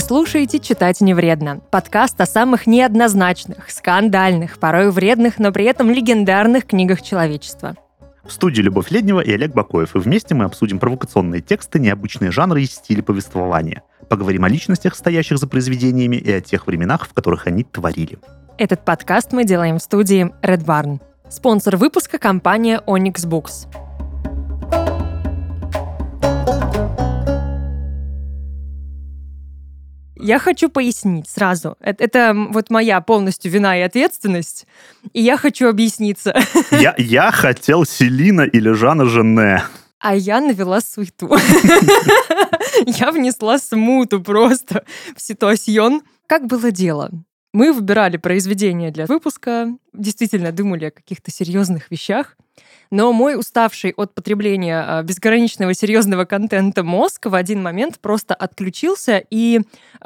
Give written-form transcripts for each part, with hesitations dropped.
слушаете «Читать не вредно» – подкаст о самых неоднозначных, скандальных, порой вредных, но при этом легендарных книгах человечества. В студии Любовь Леднева и Олег Бакоев, и вместе мы обсудим провокационные тексты, необычные жанры и стили повествования. Поговорим о личностях, стоящих за произведениями, и о тех временах, в которых они творили. Этот подкаст мы делаем в студии Red Barn. Спонсор выпуска – компания Onyx Books. Я хочу пояснить сразу. Это вот моя полностью вина и ответственность, и я хочу объясниться. Я хотел Селина или Жана Жене. А я навела суету. Я внесла смуту просто в ситуацион. Как было дело? Мы выбирали произведения для выпуска, действительно думали о каких-то серьезных вещах, но мой уставший от потребления безграничного серьезного контента мозг в один момент просто отключился, и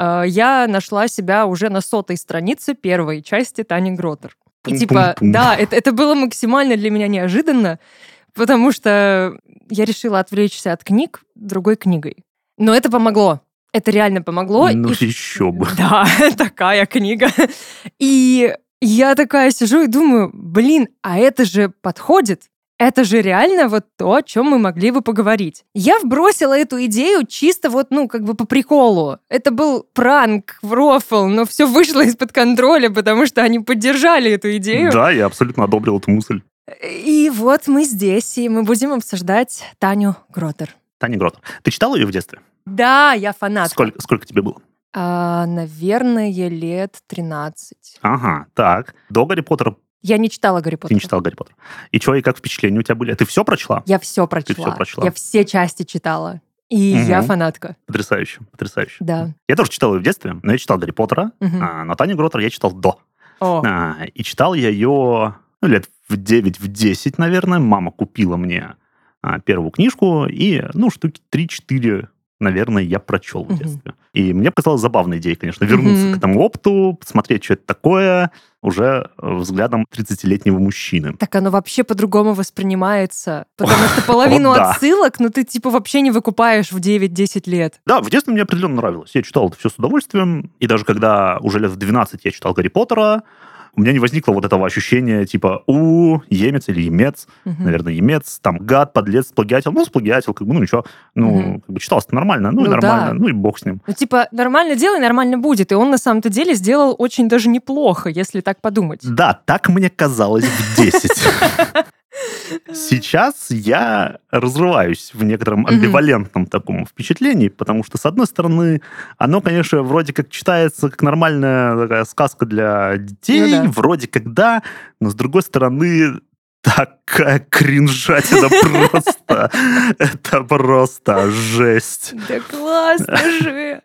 я нашла себя уже на 100-й странице первой части Тани Гротер. И да, это было максимально для меня неожиданно, потому что я решила отвлечься от книг другой книгой. Но это помогло. Это реально помогло. Ну, еще бы. Да, такая книга. И я такая сижу и думаю, а это же подходит. Это же реально вот то, о чем мы могли бы поговорить. Я вбросила эту идею чисто по приколу. Это был пранк, рофл, но все вышло из-под контроля, потому что они поддержали эту идею. Да, я абсолютно одобрил эту мысль. И вот мы здесь, и мы будем обсуждать Таню Гротер. Таня Гротер. Ты читала ее в детстве? Да, я фанат. Сколько тебе было? Наверное, лет 13. Ага, так. До Гарри Поттера? Я не читала Гарри Поттера. Ты не читала Гарри Поттера. И что, и как впечатления у тебя были? Ты все прочла? Я все прочла. Ты все прочла? Я все части читала. И я фанатка. Потрясающе. Да. Я тоже читал ее в детстве, но я читал Гарри Поттера, но Таню Гротер я читал до. И читал я ее лет в 9-10, наверное. Мама купила мне первую книжку, и, штуки 3-4, наверное, я прочел в детстве. И мне показалась забавная идея, конечно, вернуться к этому опыту, посмотреть, что это такое, уже взглядом 30-летнего мужчины. Так оно вообще по-другому воспринимается, потому что половину отсылок, ты вообще не выкупаешь в 9-10 лет. Да, в детстве мне определенно нравилось. Я читал это все с удовольствием, и даже когда уже лет в 12 я читал Гарри Поттера, у меня не возникло вот этого ощущения, емец или емец, наверное, емец, там, гад, подлец, сплагиатил. Сплагиатил, ничего. Читалось-то нормально, и нормально, да. И бог с ним. Нормально делай, нормально будет. И он, на самом-то деле, сделал очень даже неплохо, если так подумать. Да, так мне казалось в 10. Сейчас я разрываюсь в некотором амбивалентном таком впечатлении, потому что, с одной стороны, оно, конечно, вроде как читается как нормальная такая сказка для детей, вроде как да, но, с другой стороны, такая кринжатина просто. Это просто жесть. Да классно же.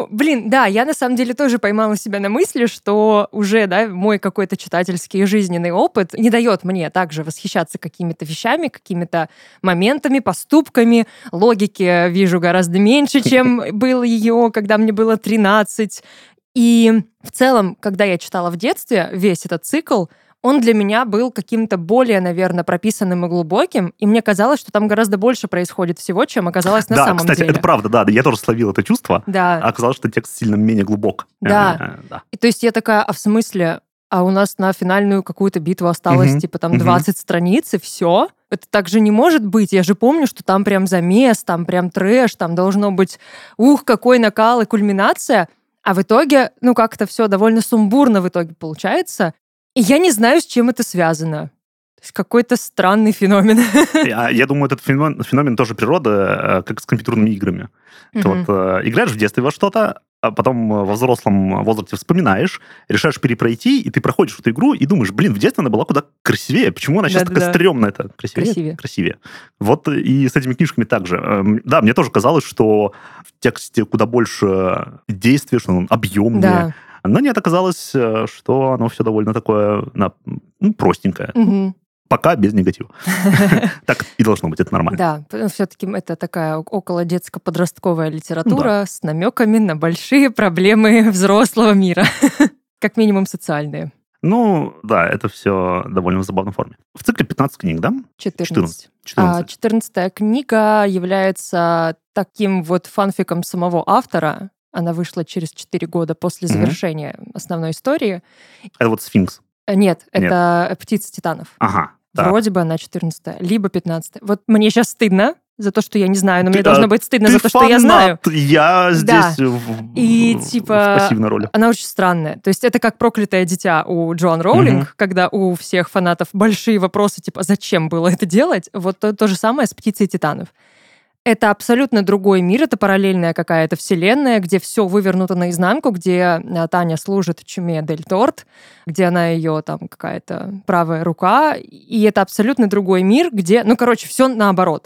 Я на самом деле тоже поймала себя на мысли, что уже, мой какой-то читательский жизненный опыт не дает мне также восхищаться какими-то вещами, какими-то моментами, поступками. Логики вижу гораздо меньше, чем было ее, когда мне было 13. И в целом, когда я читала в детстве весь этот цикл, он для меня был каким-то более, наверное, прописанным и глубоким, и мне казалось, что там гораздо больше происходит всего, чем оказалось на самом деле. Да, кстати, это правда, да, я тоже словил это чувство, да. А оказалось, что текст сильно менее глубок. Да. И то есть я такая, в смысле, у нас на финальную какую-то битву осталось, 20 страниц, и все? Это так же не может быть. Я же помню, что там прям замес, там прям трэш, там должно быть, какой накал и кульминация, а в итоге, как-то все довольно сумбурно в итоге получается. И я не знаю, с чем это связано. То есть какой-то странный феномен. Я думаю, этот феномен тоже природа, как с компьютерными играми. Ты играешь в детстве во что-то, а потом во взрослом возрасте вспоминаешь, решаешь перепройти, и ты проходишь эту игру и думаешь, в детстве она была куда красивее. Почему она сейчас такая стрёмная? Красивее. Вот и с этими книжками также. Да, мне тоже казалось, что в тексте куда больше действия, что он объемнее. Да. Но нет, оказалось, что оно все довольно такое простенькое. Пока без негатива. Так и должно быть, это нормально. Да, все-таки это такая около детско-подростковая литература с намеками на большие проблемы взрослого мира. Как минимум социальные. Да, это все довольно в забавной форме. В цикле 15 книг, да? 14. 14-я книга является таким фанфиком самого автора. Она вышла через 4 года после завершения основной истории. Это вот «Сфинкс». Нет, это «Птица титанов». Ага. Вроде бы она 14-я, либо 15-я. Вот мне сейчас стыдно за то, что я не знаю, но мне должно быть стыдно за то, что я знаю. Я здесь в пассивной роли. Она очень странная. То есть это как «Проклятое дитя» у Джоан Роулинг, когда у всех фанатов большие вопросы, типа, зачем было это делать? Вот то же самое с «Птицей титанов». Это абсолютно другой мир, это параллельная какая-то вселенная, где все вывернуто наизнанку, где Таня служит Чуме Дель Торт, где она ее там какая-то правая рука, и это абсолютно другой мир, где, все наоборот.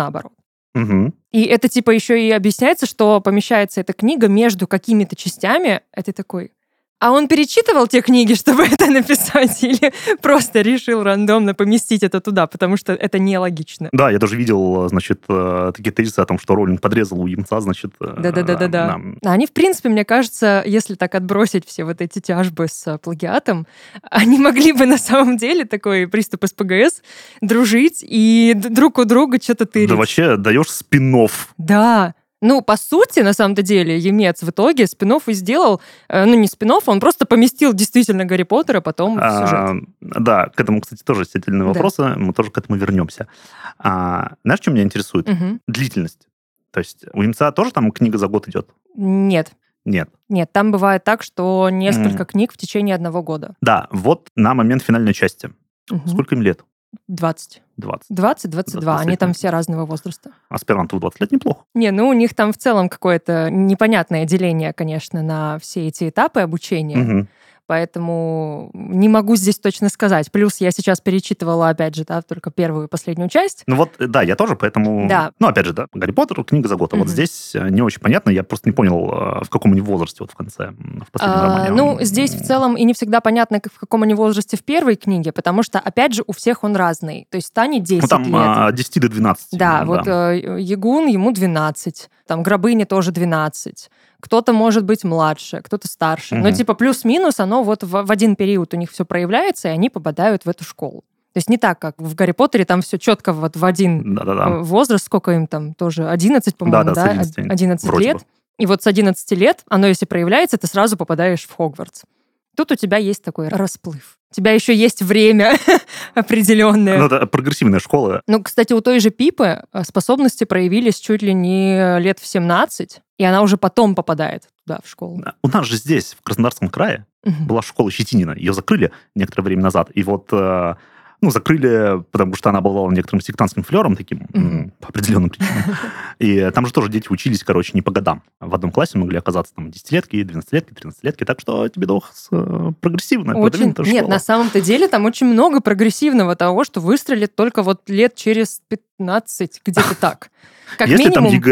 Угу. И это типа еще и объясняется, что помещается эта книга между какими-то частями, это такой... А он перечитывал те книги, чтобы это написать, или просто решил рандомно поместить это туда, потому что это нелогично? Да, я даже видел, значит, такие тезисы о том, что Роулинг подрезал у Ямца, значит... Да. Они, в принципе, мне кажется, если так отбросить все вот эти тяжбы с плагиатом, они могли бы на самом деле такой приступ СПГС дружить и друг у друга что-то тырить. Да вообще даешь спин-офф. Да. По сути, на самом-то деле, Емец в итоге спин-офф и сделал, не спин-офф, он просто поместил действительно Гарри Поттера потом в сюжет. Да, к этому, кстати, тоже есть отдельные вопросы, мы тоже к этому вернемся. Знаешь, что меня интересует? Длительность. То есть у Емца тоже там книга за год идет? Нет. Нет, там бывает так, что несколько книг в течение 1 года. Да, вот на момент финальной части. Сколько им лет? 20. 20-22. Да, они там все разного возраста. Аспиранту в 20 лет неплохо. У них там в целом какое-то непонятное деление, конечно, на все эти этапы обучения. Поэтому не могу здесь точно сказать. Плюс я сейчас перечитывала, опять же, только первую и последнюю часть. Я тоже, поэтому... Да. Опять же, Гарри Поттер, книга за год. А вот здесь не очень понятно, я просто не понял, в каком они возрасте в конце, в последнем романе. Здесь в целом и не всегда понятно, в каком они возрасте в первой книге, потому что, опять же, у всех он разный. То есть Тане 10 лет. От 10 до 12. Да, Ягун, ему 12. Там Гробыне тоже 12. Кто-то может быть младше, кто-то старше. Но плюс-минус оно вот в один период у них все проявляется, и они попадают в эту школу. То есть не так, как в Гарри Поттере, там все четко вот в один возраст, сколько им там тоже, 11, по-моему, да? 11 лет. Бы. И вот с 11 лет оно, если проявляется, ты сразу попадаешь в Хогвартс. Тут у тебя есть такой расплыв. У тебя еще есть время определенное. Это прогрессивная школа. Кстати, у той же Пипы способности проявились чуть ли не лет в 17, и она уже потом попадает туда, в школу. У нас же здесь, в Краснодарском крае, была школа Щетинина. Ее закрыли некоторое время назад. И вот... закрыли, потому что она обладала некоторым сектантским флером таким, по определенным причинам. И там же тоже дети учились, не по годам. В одном классе могли оказаться там 10-летки, 12-летки, 13-летки, так что тебе дохс прогрессивная, продвинутая школа. Нет, на самом-то деле там очень много прогрессивного того, что выстрелит только вот лет через 15, где-то так. Если там ЕГЭ.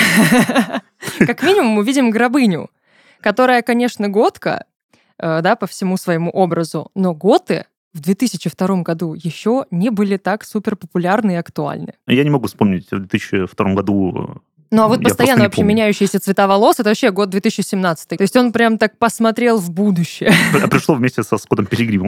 Как минимум мы видим Гробыню, которая, конечно, готка, по всему своему образу, но готы в 2002 году еще не были так супер популярны и актуальны. Я не могу вспомнить в 2002 году... А вот постоянно вообще меняющиеся цвета волос, это вообще год 2017. То есть он прям так посмотрел в будущее. Пришло вместе со Скоттом Пилигримом.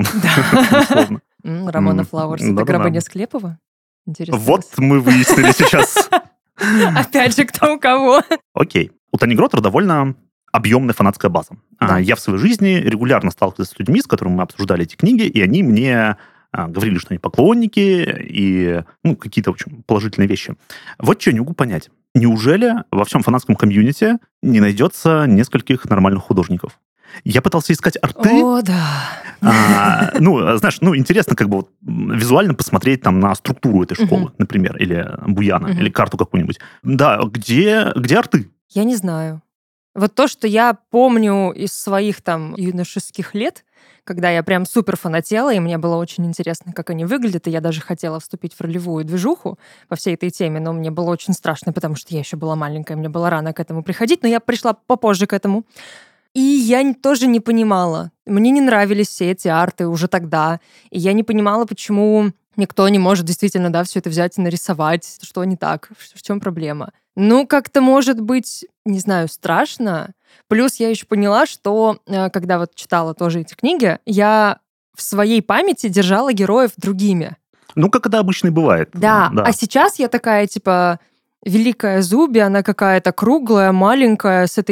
Рамона Флауэрс. Это Гробыня Склепова? Интересно. Вот мы выяснили сейчас. Опять же, кто у кого. Окей. У Тани Гроттер довольно объемная фанатская база. Да. Я в своей жизни регулярно сталкивался с людьми, с которыми мы обсуждали эти книги, и они мне говорили, что они поклонники, и какие-то очень положительные вещи. Вот что не могу понять. Неужели во всем фанатском комьюнити не найдется нескольких нормальных художников? Я пытался искать арты. О, да. Знаешь, интересно визуально посмотреть там на структуру этой школы, например, или Буяна, или карту какую-нибудь. Да, где арты? Я не знаю. Вот то, что я помню из своих там юношеских лет, когда я прям супер фанатела, и мне было очень интересно, как они выглядят, и я даже хотела вступить в ролевую движуху по всей этой теме, но мне было очень страшно, потому что я еще была маленькая, мне было рано к этому приходить, но я пришла попозже к этому. И я тоже не понимала. Мне не нравились все эти арты уже тогда, и я не понимала, почему никто не может действительно, все это взять и нарисовать, что не так, в чем проблема. Как-то, может быть, не знаю, страшно. Плюс я еще поняла, что когда вот читала тоже эти книги, я в своей памяти держала героев другими. Как это обычно и бывает. Да. А сейчас я такая, великая Зуби, она какая-то круглая, маленькая, с этой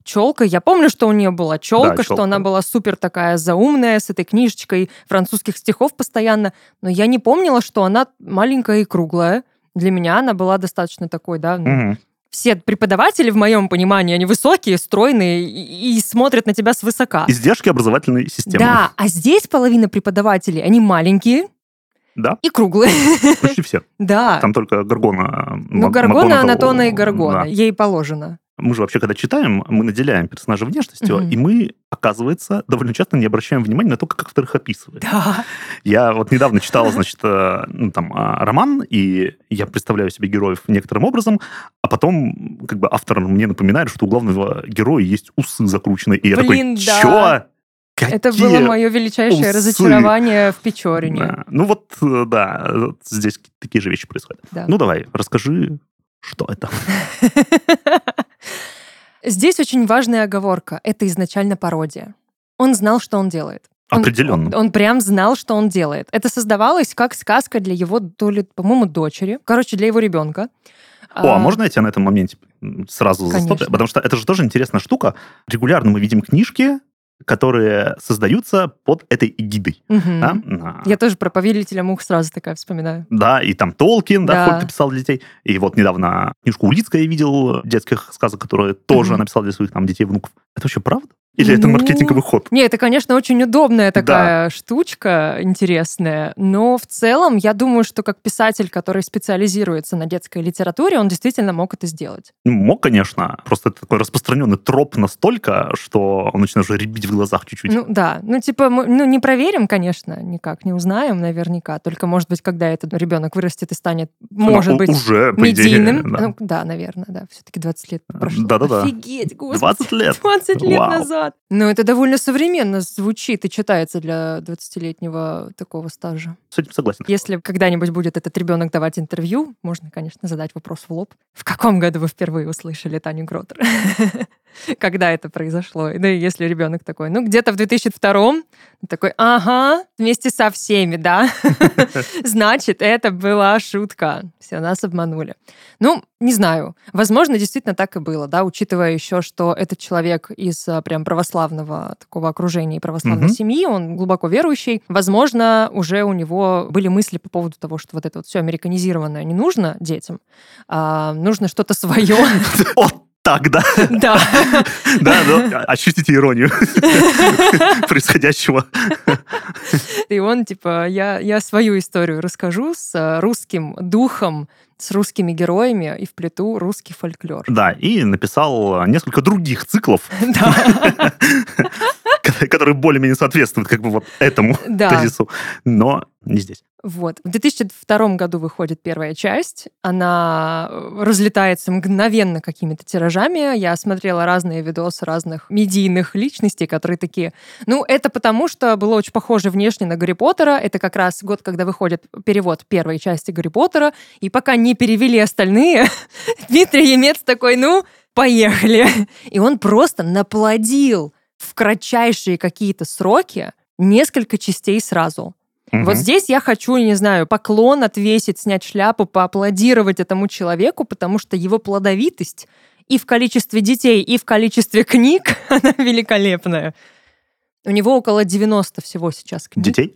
челкой. Я помню, что у нее была челка, Да, что челка. она была супер такая заумная, с этой книжечкой французских стихов постоянно. Но я не помнила, что она маленькая и круглая. Для меня она была достаточно такой, да. Мгм. Все преподаватели, в моем понимании, они высокие, стройные и смотрят на тебя свысока. Издержки образовательной системы. Да, а здесь половина преподавателей, они маленькие Да, и круглые. почти все. Да. Там только Гаргона. Ну, Гаргона, МакГонагал, Анатона и Гаргона. да. Ей положено. Мы же вообще, когда читаем, мы наделяем персонажа внешностью, Мгм. и мы, оказывается, довольно часто не обращаем внимания на то, как автор их описывает. Да. Я вот недавно читал, значит, роман, и я представляю себе героев некоторым образом, а потом как бы автор мне напоминает, что у главного героя есть усы закрученные. И я Блин, такой, да. чё? Какие Это было мое величайшее усы? разочарование в Печорине. Да. Ну вот, да, вот здесь такие же вещи происходят. Да. Ну давай, расскажи, что это. Здесь очень важная оговорка. Это изначально пародия. Он знал, что он делает. Определенно. Он прям знал, что он делает. Это создавалось как сказка для его, то ли, по-моему, дочери. Короче, для его ребенка. А можно я тебя на этом моменте сразу Конечно. застопаю? Потому что это же тоже интересная штука. Регулярно мы видим книжки, которые создаются под этой эгидой. Мгм. Да? Я тоже про «Повелителя мух» сразу такая вспоминаю. Да, и там Толкин, Да. хоть писал для детей. И вот недавно книжку Улицкая я видел, детских сказок, которые тоже Мгм. написал для своих там детей и внуков. Это вообще правда? Или это Ну, маркетинговый ход? Не, это, конечно, очень удобная такая штучка, интересная, но в целом я думаю, что как писатель, который специализируется на детской литературе, он действительно мог это сделать. Ну, мог, конечно. Просто это такой распространенный троп настолько, что он начинает уже рябить в глазах чуть-чуть. Ну да, ну типа мы не проверим, конечно, никак, не узнаем наверняка, только, может быть, когда этот ребенок вырастет и станет, может быть, уже, по идее, медийным. да. Ну да, наверное, да, все-таки 20 лет прошло. Да-да-да. Офигеть, господи. 20 лет. 20 лет Вау. назад. Ну, это довольно современно звучит и читается для 20-летнего такого стажа. С этим согласен. Если когда-нибудь будет этот ребенок давать интервью, можно, конечно, задать вопрос в лоб. В каком году вы впервые услышали Таню Гротер? Когда это произошло? Да и если ребенок такой, ну, где-то в 2002-м, такой, ага, вместе со всеми, да? Значит, это была шутка. Все, нас обманули. Ну, не знаю. Возможно, действительно так и было, да, учитывая еще, что этот человек из прям православного такого окружения и православной Мгм. семьи, он глубоко верующий. Возможно, уже у него были мысли по поводу того, что вот это вот все американизированное не нужно детям, а нужно что-то свое. Вот так, да. Да. Да, ощутите иронию происходящего. И он, типа, я свою историю расскажу с русским духом, с русскими героями и вплету русский фольклор. Да, и написал несколько других циклов, Да. которые более-менее соответствуют как бы вот этому Да. тезису, но не здесь. Вот. В 2002 году выходит первая часть. Она разлетается мгновенно какими-то тиражами. Я смотрела разные видосы разных медийных личностей, которые такие... Ну, это потому, что было очень похоже внешне на Гарри Поттера. Это как раз год, когда выходит перевод первой части Гарри Поттера. И пока не перевели остальные, Дмитрий Емец такой, ну, поехали. И он просто наплодил в кратчайшие какие-то сроки несколько частей сразу. Мгм. Вот здесь я хочу, не знаю, поклон отвесить, снять шляпу, поаплодировать этому человеку, потому что его плодовитость и в количестве детей, и в количестве книг, она великолепная. У него около 90 всего сейчас книг. Детей?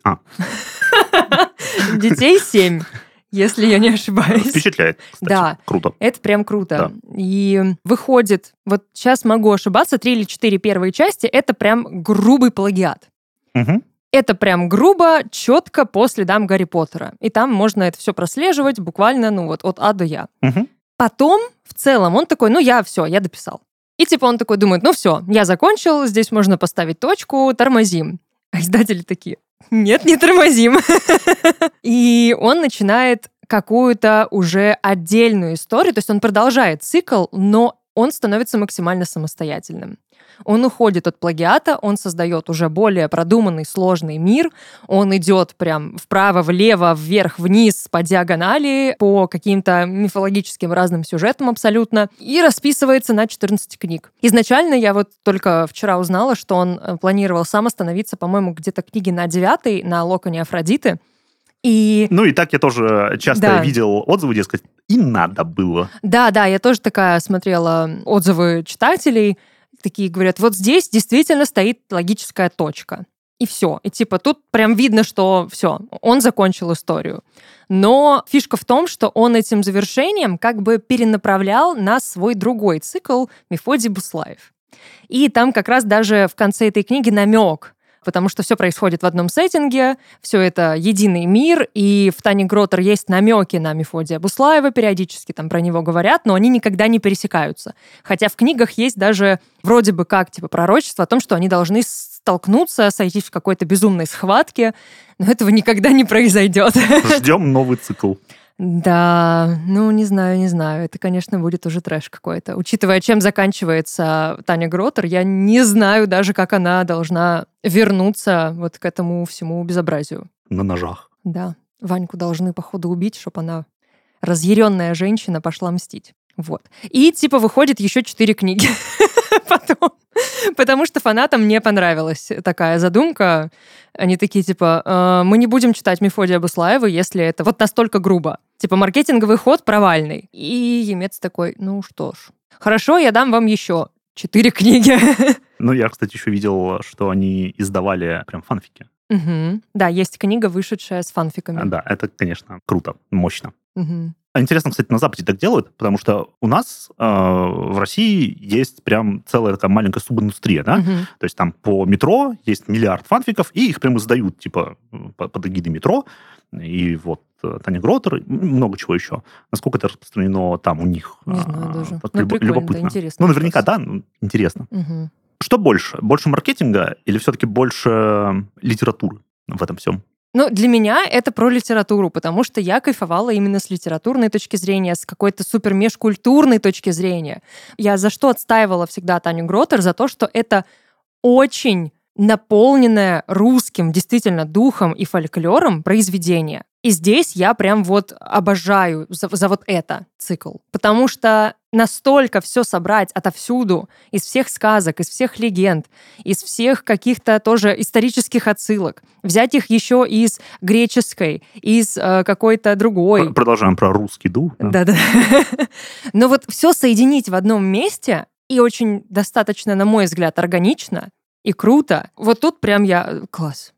Детей 7, если я не ошибаюсь. Впечатляет, кстати. Да. Круто. Это прям круто. И выходит, вот сейчас могу ошибаться, 3 или 4 первые части, это прям грубый плагиат. Мгм. Это прям грубо, четко по следам Гарри Поттера. И там можно это все прослеживать буквально, ну вот, от А до Я. Мгм. Потом, в целом, он такой, ну я дописал. И типа он такой думает, ну все, я закончил, здесь можно поставить точку, тормозим. А издатели такие, нет, не тормозим. И он начинает какую-то уже отдельную историю, то есть он продолжает цикл, но он становится максимально самостоятельным. Он уходит от плагиата, он создает уже более продуманный, сложный мир, он идет прям вправо, влево, вверх, вниз, по диагонали, по каким-то мифологическим разным сюжетам абсолютно, и расписывается на 14 книг. Изначально я вот только вчера узнала, что он планировал сам остановиться, по-моему, где-то книги на 9-й, на Локоне Афродиты. И Ну и так я тоже часто Да. видел отзывы, дескать, и надо было. да, я тоже такая смотрела отзывы читателей, такие говорят, вот здесь действительно стоит логическая точка. И все. И типа тут прям видно, что все, он закончил историю. Но фишка в том, что он этим завершением как бы перенаправлял на свой другой цикл «Мефодий Буслаев». И там как раз даже в конце этой книги намек, потому что все происходит в одном сеттинге, все это единый мир, и в Тане Гротер есть намеки на Мефодия Буслаева, периодически там про него говорят, но они никогда не пересекаются. Хотя в книгах есть даже вроде бы как типа пророчество о том, что они должны столкнуться, сойтись в какой-то безумной схватке, но этого никогда не произойдет. Ждем новый цикл. Да, не знаю. Это, конечно, будет уже трэш какой-то. Учитывая, чем заканчивается Таня Гротер, я не знаю даже, как она должна вернуться вот к этому всему безобразию. На ножах. Да. Ваньку должны, походу, убить, чтобы она, разъяренная женщина, пошла мстить. Вот. И, типа, выходит еще 4 книги потом. Потому что фанатам не понравилась такая задумка. Они такие, типа, мы не будем читать Мефодия Буслаева, если это вот настолько грубо. Типа, маркетинговый ход провальный. И Емец такой, ну что ж, хорошо, я дам вам еще 4 книги. Ну, я, кстати, еще видел, что они издавали прям фанфики. Угу. Да, есть книга, вышедшая с фанфиками. Да, это, конечно, круто, мощно. Угу. Интересно, кстати, на Западе так делают, потому что у нас в России есть прям целая такая маленькая субиндустрия, да? То есть там по метро есть миллиард фанфиков, и их прям издают, типа, под эгидой метро. И вот Таня Гротер, много чего еще. Насколько это распространено там у них? Не знаю даже. Любопытно. Интересно. Наверняка, да, интересно. Угу. Что больше? Больше маркетинга или все-таки больше литературы в этом всем? Для меня это про литературу, потому что я кайфовала именно с литературной точки зрения, с какой-то супер-межкультурной точки зрения. Я за что отстаивала всегда Таню Гротер? За то, что это очень наполненное русским действительно духом и фольклором произведение. И здесь я прям вот обожаю за вот это цикл. Потому что настолько все собрать отовсюду, из всех сказок, из всех легенд, из всех каких-то тоже исторических отсылок, взять их еще из греческой, из какой-то другой. Продолжаем про русский дух. Да-да. Но вот все соединить в одном месте и очень достаточно, на мой взгляд, органично и круто. Вот тут прям я... Класс.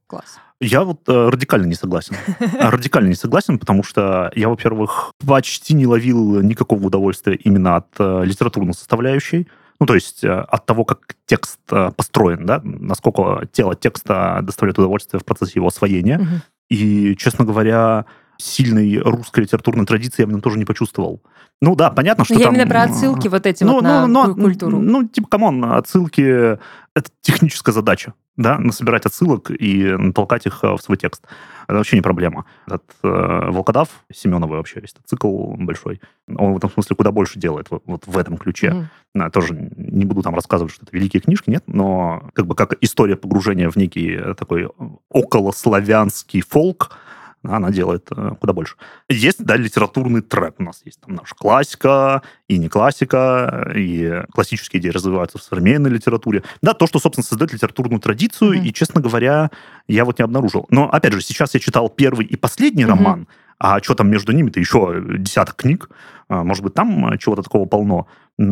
Я вот радикально не согласен. Радикально не согласен, потому что я, во-первых, почти не ловил никакого удовольствия именно от литературной составляющей. То есть от того, как текст построен, да, насколько тело текста доставляет удовольствие в процессе его освоения. Угу. И, честно говоря, сильной русской литературной традиции я в нем тоже не почувствовал. Да, понятно, что я там... именно про отсылки вот эти на культуру. Камон, отсылки — это техническая задача, да, насобирать отсылок и натолкать их в свой текст. Это вообще не проблема. Этот «Волкодав» Семеновой вообще, весь этот цикл большой, он в этом смысле куда больше делает вот в этом ключе. Тоже не буду там рассказывать, что это великие книжки, нет, но как история погружения в некий такой околославянский фолк, она делает куда больше. Есть, да, литературный трек у нас есть. Там наша классика и не классика, и классические идеи развиваются в современной литературе. Да, то, что, собственно, создает литературную традицию, и, честно говоря, я вот не обнаружил. Но, опять же, сейчас я читал первый и последний роман, а что там между ними-то еще десяток книг. Может быть, там чего-то такого полно.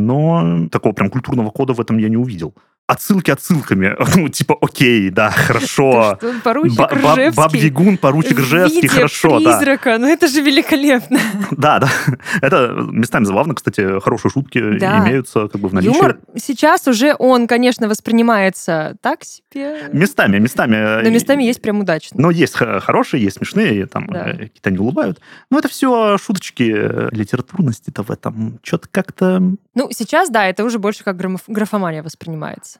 Но такого прям культурного кода в этом я не увидел. Отсылки отсылками. Типа, окей, да, хорошо. Поручик Ржевский. Баб-Ягун, поручик Ржевский, хорошо, да. Призрака, это же великолепно. Да. Это местами забавно, кстати, хорошие шутки имеются в наличии. Юмор сейчас уже он, конечно, воспринимается так себе. Местами. Но местами есть прям удачно. Но есть хорошие, есть смешные, там какие-то не улыбают. Но это все шуточки. Литературности-то в этом что-то как-то... Сейчас, да, это уже больше как графомания воспринимается.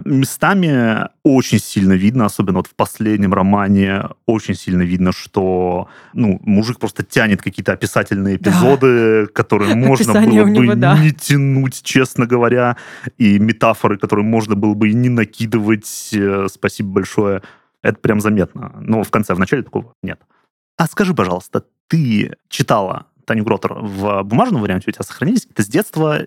Местами очень сильно видно, особенно вот в последнем романе, очень сильно видно, что мужик просто тянет какие-то описательные эпизоды, которые можно было бы не тянуть, честно говоря, и метафоры, которые можно было бы и не накидывать. Спасибо большое. Это прям заметно. Но в начале такого нет. А скажи, пожалуйста, ты читала Таню Гротер в бумажном варианте? У тебя сохранились? Это с детства?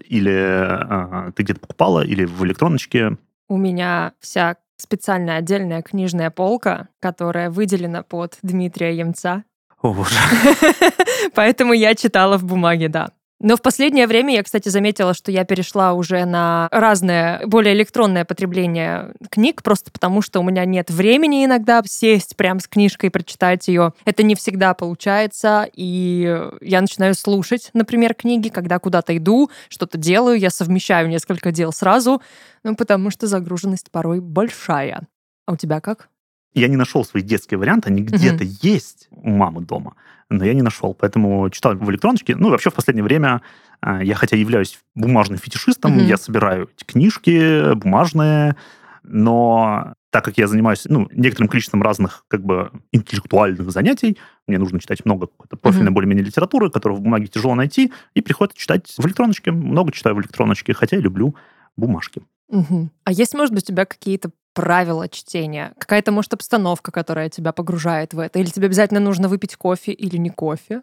Или ты где-то покупала? Или в электроночке? У меня вся специальная отдельная книжная полка, которая выделена под Дмитрия Емца. О, боже. Поэтому я читала в бумаге, да. Но в последнее время я, кстати, заметила, что я перешла уже на разное, более электронное потребление книг, просто потому что у меня нет времени иногда сесть прям с книжкой и прочитать ее. Это не всегда получается, и я начинаю слушать, например, книги, когда куда-то иду, что-то делаю, я совмещаю несколько дел сразу, потому что загруженность порой большая. А у тебя как? Я не нашел свои детские варианты, они где-то есть у мамы дома, но я не нашел, поэтому читал в электроночке. Ну, вообще в последнее время я, хотя являюсь бумажным фетишистом, я собираю эти книжки бумажные, но так как я занимаюсь некоторым количеством разных как бы интеллектуальных занятий, мне нужно читать много какой-то профильной более-менее литературы, которую в бумаге тяжело найти, и приходится читать в электроночке. Много читаю в электроночке, хотя и люблю бумажки. А есть, может быть, у тебя какие-то правила чтения? Какая-то, может, обстановка, которая тебя погружает в это? Или тебе обязательно нужно выпить кофе или не кофе?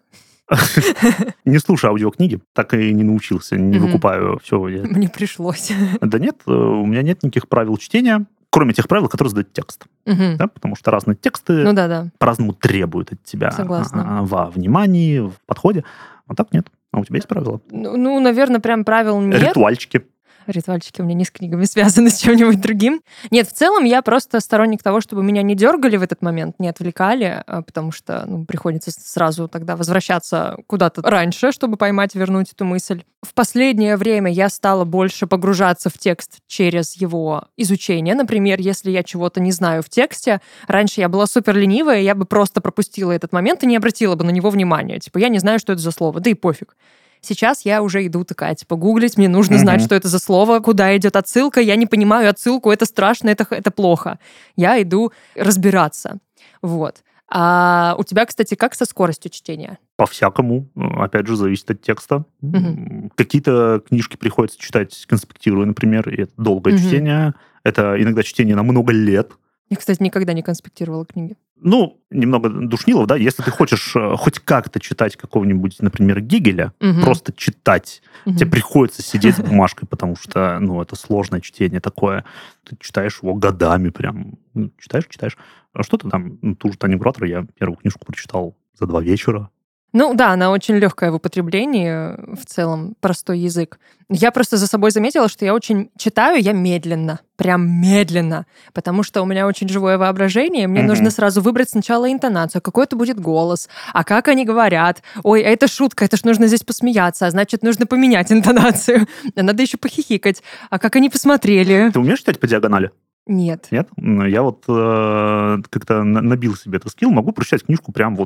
Не слушаю аудиокниги, так и не научился, не выкупаю все. Мне пришлось. Да нет, у меня нет никаких правил чтения, кроме тех правил, которые задает текст. Да, потому что разные тексты по-разному требуют от тебя во внимании, в подходе. А так нет. А у тебя есть правила? Ну, наверное, прям правил нет. Ритуальчики. Ритуальчики у меня не с книгами связаны, с чем-нибудь другим. Нет, в целом я просто сторонник того, чтобы меня не дергали в этот момент, не отвлекали, потому что приходится сразу тогда возвращаться куда-то раньше, чтобы поймать и вернуть эту мысль. В последнее время я стала больше погружаться в текст через его изучение. Например, если я чего-то не знаю в тексте, раньше я была супер ленивая, я бы просто пропустила этот момент и не обратила бы на него внимания. Типа, я не знаю, что это за слово, да и пофиг. Сейчас я уже иду такая, гуглить, мне нужно знать, что это за слово, куда идет отсылка, я не понимаю отсылку, это страшно, это плохо. Я иду разбираться. Вот. А у тебя, кстати, как со скоростью чтения? По-всякому. Опять же, зависит от текста. Какие-то книжки приходится читать конспектируя, например, и это долгое чтение. Это иногда чтение на много лет. Я, кстати, никогда не конспектировала книги. Немного душнилов, да, если ты хочешь хоть как-то читать какого-нибудь, например, Гегеля, просто читать, тебе приходится сидеть с бумажкой, потому что, это сложное чтение такое. Ты читаешь его годами прям. Читаешь. А что ты там, ту же Таню Гротер, я первую книжку прочитал за 2 вечера. Да, она очень легкая в употреблении, в целом простой язык. Я просто за собой заметила, что я очень читаю, я медленно, прям медленно, потому что у меня очень живое воображение, мне нужно сразу выбрать сначала интонацию, какой это будет голос, а как они говорят. Ой, это шутка, это ж нужно здесь посмеяться, а значит, нужно поменять интонацию. Надо еще похихикать. А как они посмотрели? Ты умеешь читать по диагонали? Нет. Нет? Я как-то набил себе этот скилл, могу прочитать книжку прям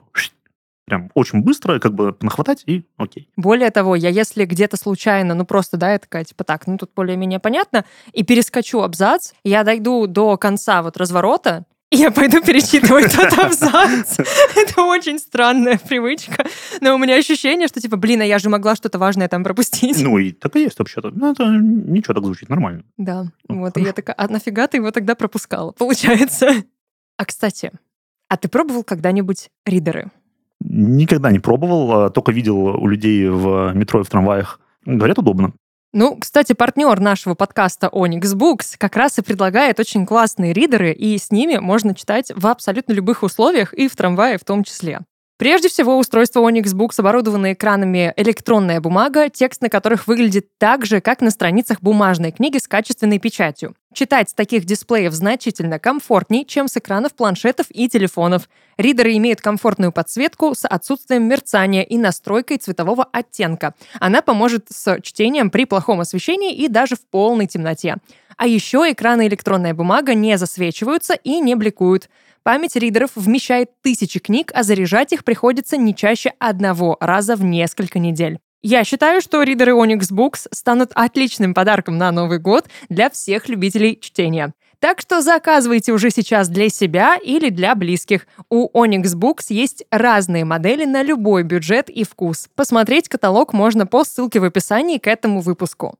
прям очень быстро, нахватать и окей. Более того, я если где-то случайно, просто, я такая, тут более-менее понятно, и перескочу абзац, я дойду до конца разворота, и я пойду перечитывать тот абзац. Это очень странная привычка, но у меня ощущение, что а я же могла что-то важное там пропустить. И так и есть вообще-то. Это ничего, так звучит нормально. Да, и я такая, а нафига ты его тогда пропускала, получается? А, кстати, ты пробовал когда-нибудь ридеры? Никогда не пробовал, только видел у людей в метро и в трамваях. Говорят, удобно. Кстати, партнер нашего подкаста Onyx Books как раз и предлагает очень классные ридеры, и с ними можно читать в абсолютно любых условиях, и в трамвае в том числе. Прежде всего, устройство Onyx Books оборудовано экранами электронная бумага, текст на которых выглядит так же, как на страницах бумажной книги с качественной печатью. Читать с таких дисплеев значительно комфортнее, чем с экранов планшетов и телефонов. Ридеры имеют комфортную подсветку с отсутствием мерцания и настройкой цветового оттенка. Она поможет с чтением при плохом освещении и даже в полной темноте. А еще экраны и электронная бумага не засвечиваются и не бликуют. Память ридеров вмещает 1000 книг, а заряжать их приходится не чаще 1 раза в несколько недель. Я считаю, что ридеры Onyx Books станут отличным подарком на Новый год для всех любителей чтения. Так что заказывайте уже сейчас для себя или для близких. У Onyx Books есть разные модели на любой бюджет и вкус. Посмотреть каталог можно по ссылке в описании к этому выпуску.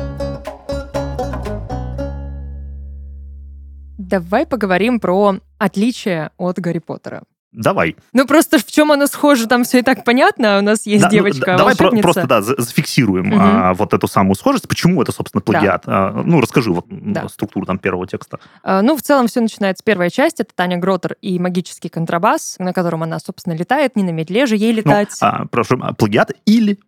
Давай поговорим про отличия от Гарри Поттера. Давай. Просто в чем оно схоже, там все и так понятно. У нас есть девочка-волшебница. Давай просто зафиксируем эту самую схожесть. Почему это, собственно, плагиат? Да. Расскажи структуру первого текста. В целом все начинается с первой части. Это Таня Гротер и магический контрабас, на котором она, собственно, летает. Не на метле же ей летать. Прошу, плагиат или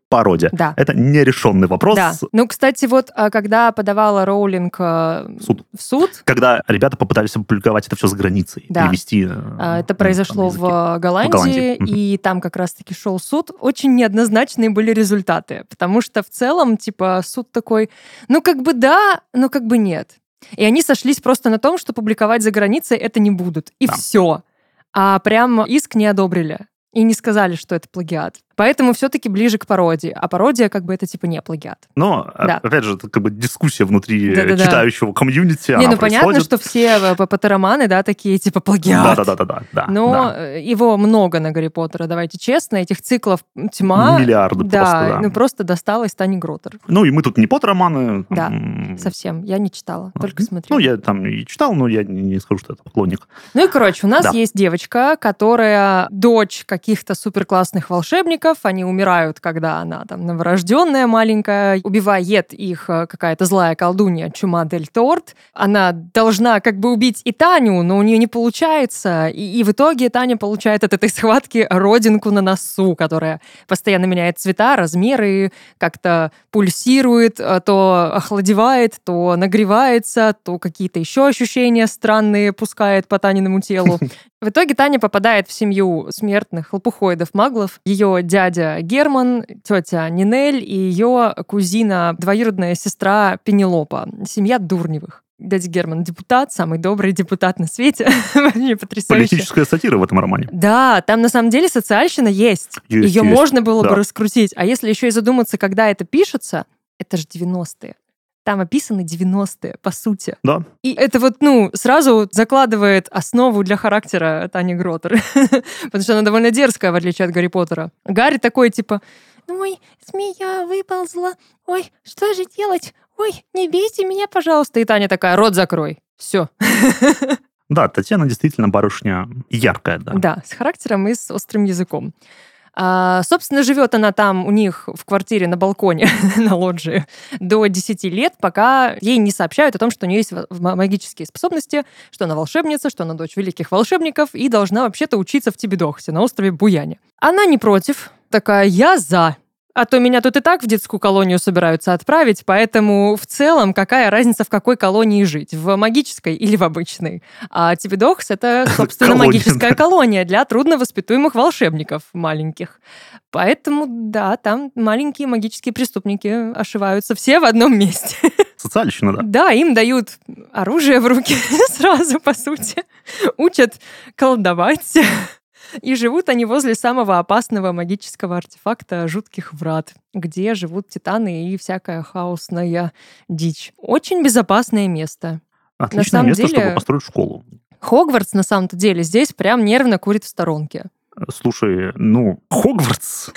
пародия. Да. Это нерешенный вопрос. Да. Ну, кстати, вот когда подавала Роулинг в суд... Когда ребята попытались опубликовать это все за границей, перевести... Это произошло в Голландии, и там как раз-таки шел суд. Очень неоднозначные были результаты, потому что в целом, типа, суд такой, ну, как бы да, но как бы нет. И они сошлись просто на том, что публиковать за границей это не будут. И все. А прям иск не одобрили. И не сказали, что это плагиат. Поэтому все-таки ближе к пародии. А пародия, как бы, это типа не плагиат. Но, опять же, это как бы дискуссия внутри читающего комьюнити. Не, ну понятно, что все поттероманы, да, такие типа плагиат. Да. Но его много на Гарри Поттера, давайте честно. Этих циклов тьма. Миллиарды просто, да. Ну просто досталось Тане Гроттер. Ну и мы тут не поттероманы. Да, совсем. Я не читала, только смотрела. Ну я там и читал, но я не скажу, что это поклонник. Ну и, короче, у нас есть девочка, которая дочь каких-то суперклассных волшебников. Они умирают, когда она там новорожденная маленькая. Убивает их какая-то злая колдунья Чума дель Торт. Она должна как бы убить и Таню, но у нее не получается. И в итоге Таня получает от этой схватки родинку на носу, которая постоянно меняет цвета, размеры, как-то пульсирует, то охладевает, то нагревается, то какие-то еще ощущения странные пускает по Таниному телу. В итоге Таня попадает в семью смертных лопухоидов-маглов. Ее дядя Герман, тетя Нинель и ее кузина, двоюродная сестра Пенелопа. Семья Дурневых. Дядя Герман депутат, самый добрый депутат на свете. Вообще потрясающе. Политическая сатира в этом романе. Да, там на самом деле социальщина есть. Ее можно было бы раскрутить. А если еще и задуматься, когда это пишется, это же 90-е. Там описаны 90-е, по сути. Да. И это вот, сразу закладывает основу для характера Тани Гроттер. Потому что она довольно дерзкая, в отличие от Гарри Поттера. Гарри такой, типа, ой, змея выползла, ой, что же делать? Ой, не бейте меня, пожалуйста. И Таня такая, рот закрой. Все. Да, Татьяна действительно барышня яркая, да. Да, с характером и с острым языком. Собственно, живет она там у них в квартире на балконе, на лоджии, до 10 лет, пока ей не сообщают о том, что у нее есть магические способности, что она волшебница, что она дочь великих волшебников и должна вообще-то учиться в Тибидоксе на острове Буяне. Она не против, такая, я за. А то меня тут и так в детскую колонию собираются отправить, поэтому в целом какая разница, в какой колонии жить, в магической или в обычной. А Тибидокс — это, собственно, магическая колония для трудновоспитуемых волшебников маленьких. Поэтому, да, там маленькие магические преступники ошиваются все в одном месте. Социальщина, да. Да, им дают оружие в руки сразу, по сути. Учат колдовать. И живут они возле самого опасного магического артефакта жутких врат, где живут титаны и всякая хаосная дичь. Очень безопасное место. Отличное место, чтобы построить школу. Хогвартс, на самом-то деле, здесь прям нервно курит в сторонке. Слушай, Хогвартс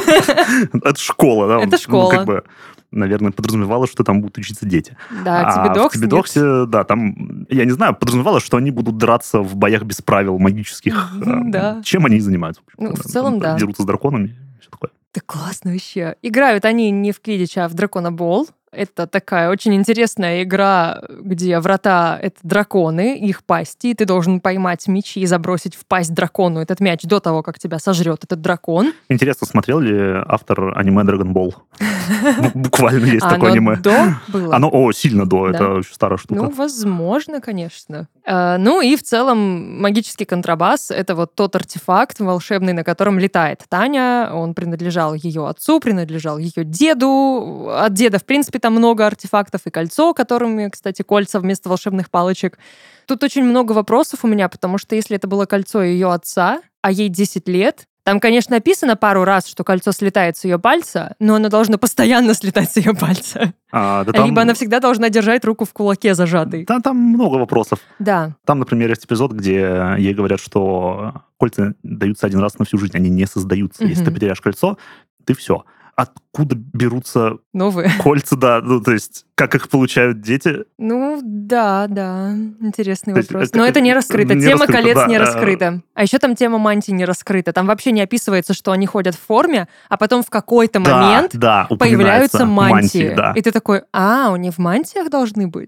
— это школа, да? Это школа. Как бы, наверное, подразумевалось, что там будут учиться дети. Да, Тибидокс. В Тибидоксе, да, там, я не знаю, подразумевалось, что они будут драться в боях без правил магических. Да. Чем они и занимаются? В целом, да. Дерутся с драконами, все такое. Да классно вообще. Играют они не в Квиддич, а в Драконобол. Это такая очень интересная игра, где врата — это драконы, их пасти, и ты должен поймать мячи и забросить в пасть дракону этот мяч до того, как тебя сожрет этот дракон. Интересно, смотрел ли автор аниме Dragon Ball? Буквально есть такое аниме. Оно до было? Оно, сильно до, это очень старая штука. Возможно, конечно. И в целом магический контрабас — это вот тот артефакт волшебный, на котором летает Таня. Он принадлежал ее отцу, принадлежал ее деду. От деда, в принципе, там много артефактов и кольцо, которыми, кстати, кольца вместо волшебных палочек. Тут очень много вопросов у меня, потому что если это было кольцо ее отца, а ей 10 лет, там, конечно, написано пару раз, что кольцо слетает с ее пальца, но оно должно постоянно слетать с ее пальца. Либо она всегда должна держать руку в кулаке зажатой. Да, там много вопросов. Да. Там, например, есть эпизод, где ей говорят, что кольца даются один раз на всю жизнь, они не создаются. Если ты потеряешь кольцо, ты все. Откуда берутся новые кольца, да, то есть как их получают дети? Да, интересный вопрос. Но это не раскрыто. Тема колец не раскрыта. А еще там тема мантий не раскрыта. Там вообще не описывается, что они ходят в форме, а потом в какой-то момент появляются мантии. Да. И ты такой, они в мантиях должны быть?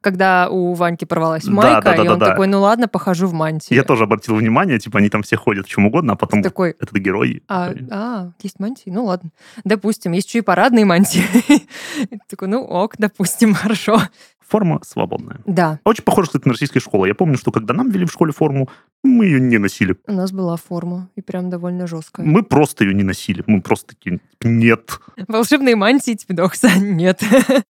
когда у Ваньки порвалась Да, майка, да, да, и он да, да. такой, ну ладно, похожу в мантии. Я тоже обратил внимание, типа, они там все ходят в чем угодно, а потом Такой, этот герой. есть мантии? Ну ладно, допустим. Есть еще и парадные мантии. Такой, ну ок, допустим, хорошо. Форма свободная. Да, Очень похоже, кстати, на российские школы. Я помню, что когда нам ввели в школе форму, мы ее не носили. у нас была форма, и прям довольно жесткая. Мы просто ее не носили. Мы просто такие, нет. Волшебные мантии Типидокса нет.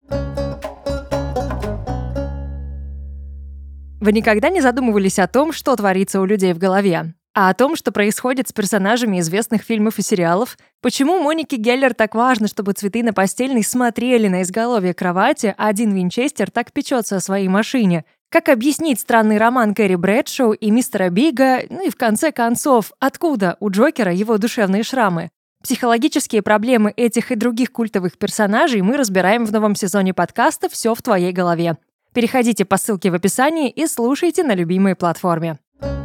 Вы никогда не задумывались о том, что творится у людей в голове? А о том, что происходит с персонажами известных фильмов и сериалов? Почему Монике Геллер так важно, чтобы цветы на постельной смотрели на изголовье кровати, а Дин Винчестер так печется о своей машине? Как объяснить странный роман Кэрри Брэдшоу и мистера Бига? Ну и в конце концов, откуда у Джокера его душевные шрамы? Психологические проблемы этих и других культовых персонажей мы разбираем в новом сезоне подкаста «Все в твоей голове». Переходите по ссылке в описании и слушайте на любимой платформе.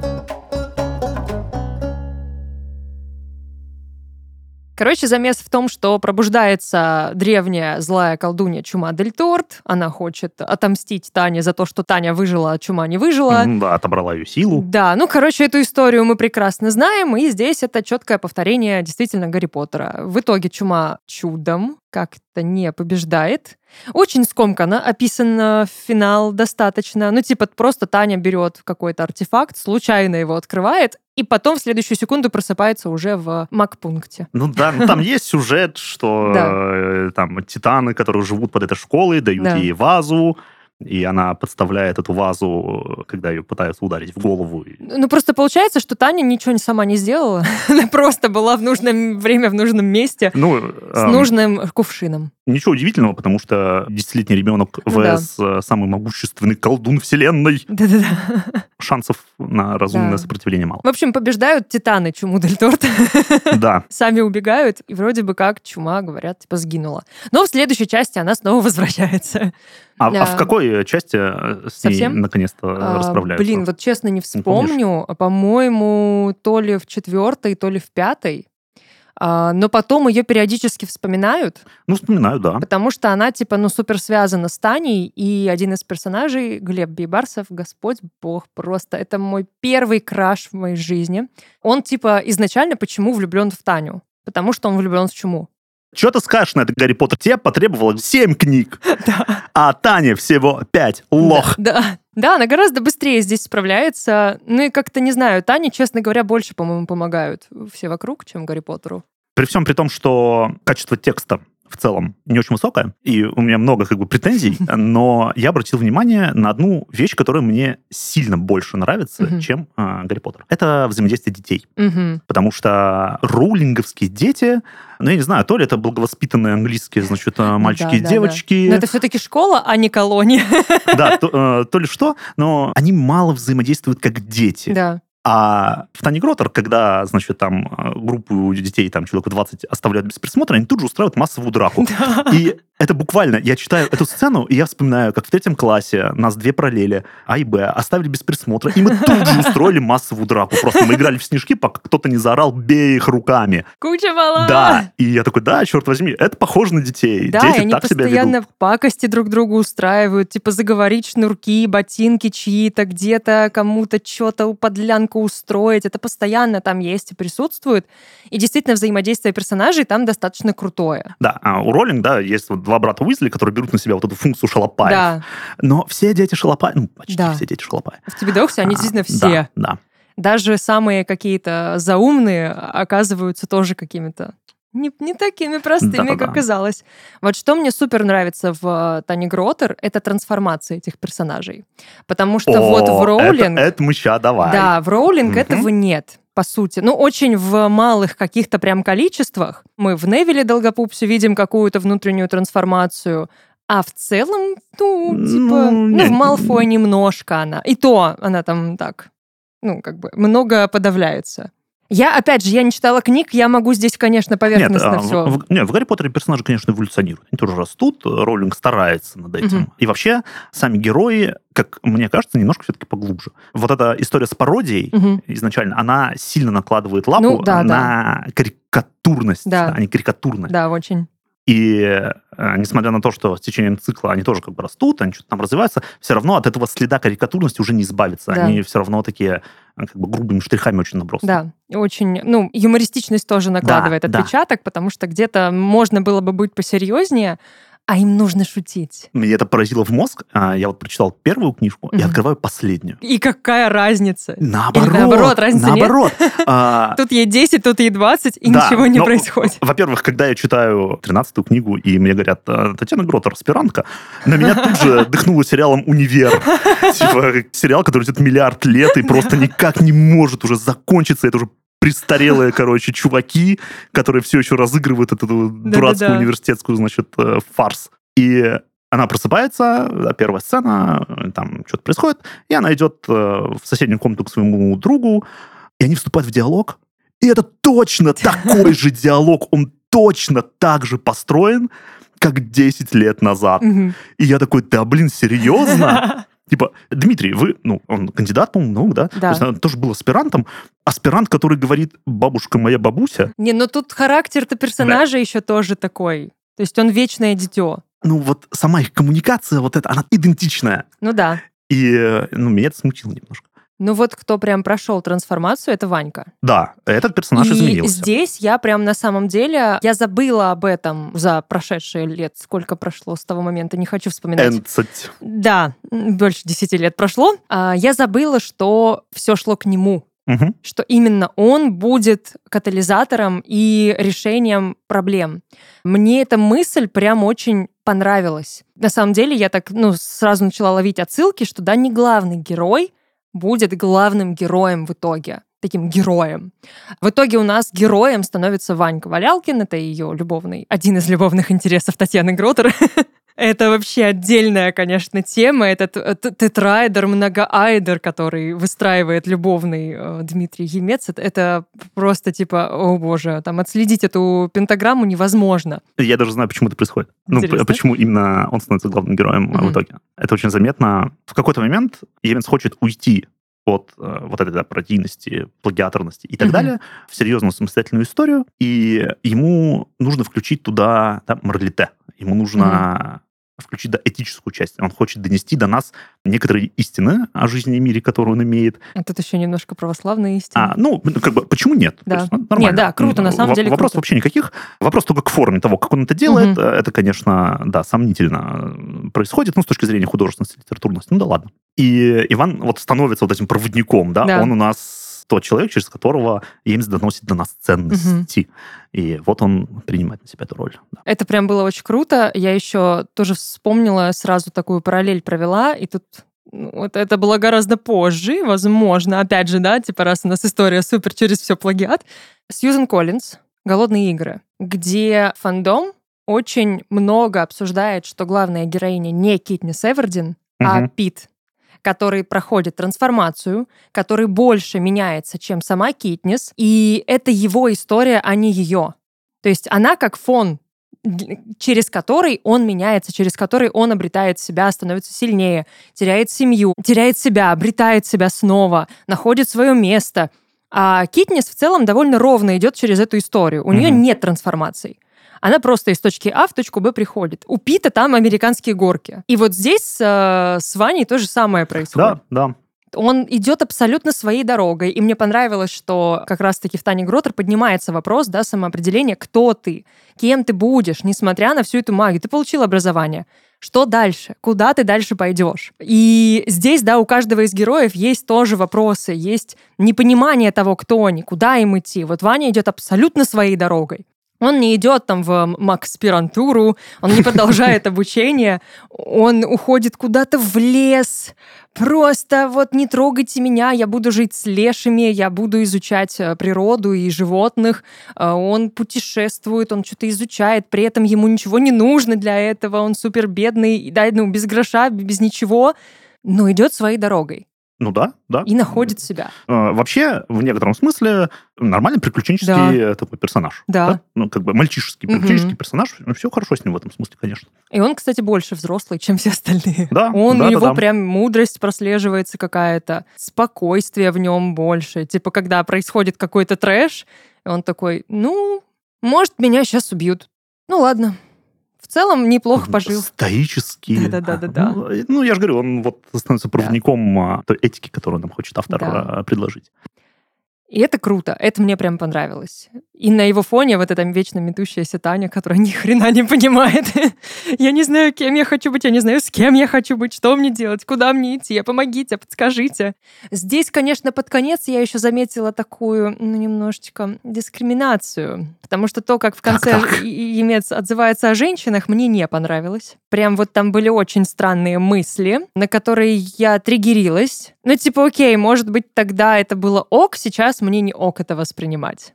Короче, замес в том, что пробуждается древняя злая колдунья Чума Дель Торт. Она хочет отомстить Тане за то, что Таня выжила, а Чума не выжила. Да, отобрала ее силу. Да, ну, короче, эту историю мы прекрасно знаем, и здесь это четкое повторение действительно Гарри Поттера. В итоге Чума чудом как-то не побеждает. Очень скомканно описан финал достаточно. Ну, типа, просто Таня берет какой-то артефакт, случайно его открывает, и потом в следующую секунду просыпается уже в магпункте. Ну да, там есть сюжет, что там титаны, которые живут под этой школой, дают ей вазу, и она подставляет эту вазу, когда ее пытаются ударить в голову. Ну, просто получается, что Таня ничего сама не сделала. Она просто была в нужное время, в нужном месте, с нужным кувшином. Ничего удивительного, потому что 10-летний ребенок ВС самый могущественный колдун вселенной. Да-да-да. Шансов на разумное сопротивление мало. В общем, побеждают титаны Чуму Дель Торт. Да. Сами убегают, и вроде бы как Чума, говорят, типа сгинула. Но в следующей части она снова возвращается. А в какой части с ней наконец-то расправляются? Блин, вот честно не вспомню. По-моему, то ли в 4-й, то ли в 5-й. Но потом ее периодически вспоминают. Ну, вспоминаю, да. Потому что она, типа, ну, супер связана с Таней, и один из персонажей, Глеб Бейбарсов, Господь Бог, просто это мой первый краш в моей жизни. Он, типа, изначально почему влюблен в Таню? Потому что он влюблен в Чуму. Что ты скажешь на это, Гарри Поттер? Тебе потребовалось 7 книг, а Тане всего 5. Лох. Да, она гораздо быстрее здесь справляется. Ну и как-то, не знаю, Тане, честно говоря, больше, по-моему, помогают все вокруг, чем Гарри Поттеру. При всем при том, что качество текста в целом не очень высокое, и у меня много претензий, но я обратил внимание на одну вещь, которая мне сильно больше нравится, чем Гарри Поттер. Это взаимодействие детей. Потому что роулинговские дети, ну, я не знаю, то ли это благовоспитанные английские, значит, мальчики и девочки. Но это все-таки школа, а не колония. Да, то ли что, но они мало взаимодействуют как дети. Да. А в Тане Гроттер, когда, значит, там группу детей, там, человек 20 оставляют без присмотра, они тут же устраивают массовую драку. Да. И это буквально, я читаю эту сцену, и я вспоминаю, как в 3 классе нас 2 параллели, А и Б, оставили без присмотра, и мы тут же устроили массовую драку. Просто мы играли в снежки, пока кто-то не заорал «бей их руками». Куча мала. Да, и я такой, да, черт возьми, это похоже на детей. Да, дети и они так себя ведут. постоянно пакости друг другу устраивают, типа заговорить шнурки, ботинки чьи-то, где-то кому-то что-то подлянку устроить. Это постоянно там есть и присутствует. И действительно взаимодействие персонажей там достаточно крутое. Да, у Роллинг, да, есть вот 2 брата Уизли, которые берут на себя вот эту функцию шалопаев. Да. Но все дети шалопаи, ну, почти все дети шалопаи. В Типидоксе они действительно все. Да. Даже самые какие-то заумные оказываются тоже какими-то не такими простыми, как казалось. Вот что мне супер нравится в Тане Гроттер, это трансформация этих персонажей. Потому что вот в Роулинг... Это мы ща давай. Да, в Роулинг этого нет, по сути. Ну, очень в малых каких-то прям количествах. Мы в Невиле Долгопупсе видим какую-то внутреннюю трансформацию, а в целом, в Малфое немножко она. И то она там так, много подавляется. Я не читала книг, я могу здесь, конечно, поверхностно все. В Гарри Поттере персонажи, конечно, эволюционируют. Они тоже растут, Роллинг старается над этим. И вообще, сами герои, как мне кажется, немножко все-таки поглубже. Вот эта история с пародией изначально, она сильно накладывает лапу на карикатурность, а не карикатурность. Да, очень. И несмотря на то, что с течением цикла они тоже как бы растут, они что-то там развиваются, все равно от этого следа карикатурности уже не избавиться. Да. Они все равно такие как бы грубыми штрихами очень набросаны. Да, очень, юмористичность тоже накладывает отпечаток, потому что где-то можно было бы быть посерьезнее, а им нужно шутить. Мне это поразило в мозг. Я вот прочитал первую книжку и открываю последнюю. И какая разница? Наоборот. Или наоборот, разницы наоборот. нет? Тут ей 10, тут ей 20, и ничего не происходит. Во-первых, когда я читаю 13-ю книгу, и мне говорят, Татьяна Гротер, аспирантка, на меня тут же дыхнуло сериалом «Универ». Типа сериал, который идет миллиард лет и просто никак не может уже закончиться. Это уже престарелые, чуваки, которые все еще разыгрывают эту дурацкую университетскую, фарс. И она просыпается, первая сцена, там что-то происходит, и она идет в соседнюю комнату к своему другу, и они вступают в диалог. И это точно такой же диалог, он точно так же построен, как 10 лет назад. И я такой, серьезно? Типа, Дмитрий, вы, он кандидат, по-моему, наук, да? Да. То есть он тоже был аспирантом. Аспирант, который говорит, бабушка моя бабуся. Тут характер-то персонажа еще тоже такой. То есть он вечное дитё. Сама их коммуникация, она идентичная. Да. И, меня это смутило немножко. Кто прям прошел трансформацию, это Ванька. Да, этот персонаж изменился. И здесь я прям на самом деле, я забыла об этом за прошедшие лет. Сколько прошло с того момента, не хочу вспоминать. 11. Да, больше 10 лет прошло. Я забыла, что все шло к нему. Что именно он будет катализатором и решением проблем. Мне эта мысль прям очень понравилась. На самом деле я так сразу начала ловить отсылки, что не главный герой будет главным героем в итоге. Таким героем. В итоге у нас героем становится Ванька Валялкин. Это ее один из любовных интересов Татьяны Гротер. Это вообще отдельная, конечно, тема. Этот тетраэдр, многоайдер, который выстраивает любовный Дмитрий Емец. Это просто о боже, там отследить эту пентаграмму невозможно. Я даже знаю, почему это происходит. Интересно. Почему именно он становится главным героем в итоге. Это очень заметно. В какой-то момент Емец хочет уйти от этой пародийности, плагиаторности и так далее в серьезную самостоятельную историю, и ему нужно включить туда моралите. Ему нужно включить этическую часть. Он хочет донести до нас некоторые истины о жизни и мире, которые он имеет. А тут еще немножко православные истины. Почему нет? Да. То есть, нормально. Нет, да, круто, на самом деле Вопрос круто. вообще никаких. Вопрос только к форме того, как он это делает. Это, конечно, сомнительно происходит, с точки зрения художественности, литературности. Да ладно. И Иван становится этим проводником, да? Он у нас тот человек, через которого Емец доносит до нас ценности. И он принимает на себя эту роль. Да. Это прям было очень круто. Я еще тоже вспомнила, сразу такую параллель провела, и тут это было гораздо позже, возможно. Опять же, раз у нас история супер через все плагиат. Сьюзен Коллинз, «Голодные игры», где фандом очень много обсуждает, что главная героиня не Китнис Эвердин, а Пит, который проходит трансформацию, который больше меняется, чем сама Китнис, и это его история, а не ее. То есть она как фон, через который он меняется, через который он обретает себя, становится сильнее, теряет семью, теряет себя, обретает себя снова, находит свое место. А Китнис в целом довольно ровно идет через эту историю. У нее нет трансформаций. Она просто из точки А в точку Б приходит. У Пита там американские горки. И здесь с Ваней то же самое происходит. Да. Он идет абсолютно своей дорогой. И мне понравилось, что как раз-таки в Тане Гротер поднимается вопрос самоопределения, кто ты, кем ты будешь, несмотря на всю эту магию. Ты получил образование. Что дальше? Куда ты дальше пойдешь? И здесь, у каждого из героев есть тоже вопросы, есть непонимание того, кто они, куда им идти. Ваня идет абсолютно своей дорогой. Он не идет в магспирантуру, он не продолжает обучение, он уходит куда-то в лес. Просто не трогайте меня, я буду жить с лешими, я буду изучать природу и животных. Он путешествует, он что-то изучает, при этом ему ничего не нужно для этого, он супер бедный, без гроша, без ничего, но идет своей дорогой. Да. И находит себя. Вообще, в некотором смысле, нормальный приключенческий такой персонаж. Да. Мальчишеский приключенческий персонаж. Все хорошо с ним в этом смысле, конечно. И он, кстати, больше взрослый, чем все остальные. Да. У него прям мудрость прослеживается какая-то, спокойствие в нем больше. Когда происходит какой-то трэш, он такой, может, меня сейчас убьют. Ладно. В целом неплохо пожил. Стоический. Да. Ну, я же говорю, он вот становится проводником той этики, которую нам хочет автор предложить. И это круто, это мне прям понравилось. И на его фоне вот эта вечно метущаяся Таня, которая ни хрена не понимает. Я не знаю, кем я хочу быть, я не знаю, с кем я хочу быть, что мне делать, куда мне идти, помогите, подскажите. Здесь, конечно, под конец я еще заметила такую, немножечко дискриминацию, потому что то, как в конце Емец отзывается о женщинах, мне не понравилось. Прям вот там были очень странные мысли, на которые я триггерилась. Ну, типа, окей, может быть, тогда это было ок, сейчас мне не ок это воспринимать.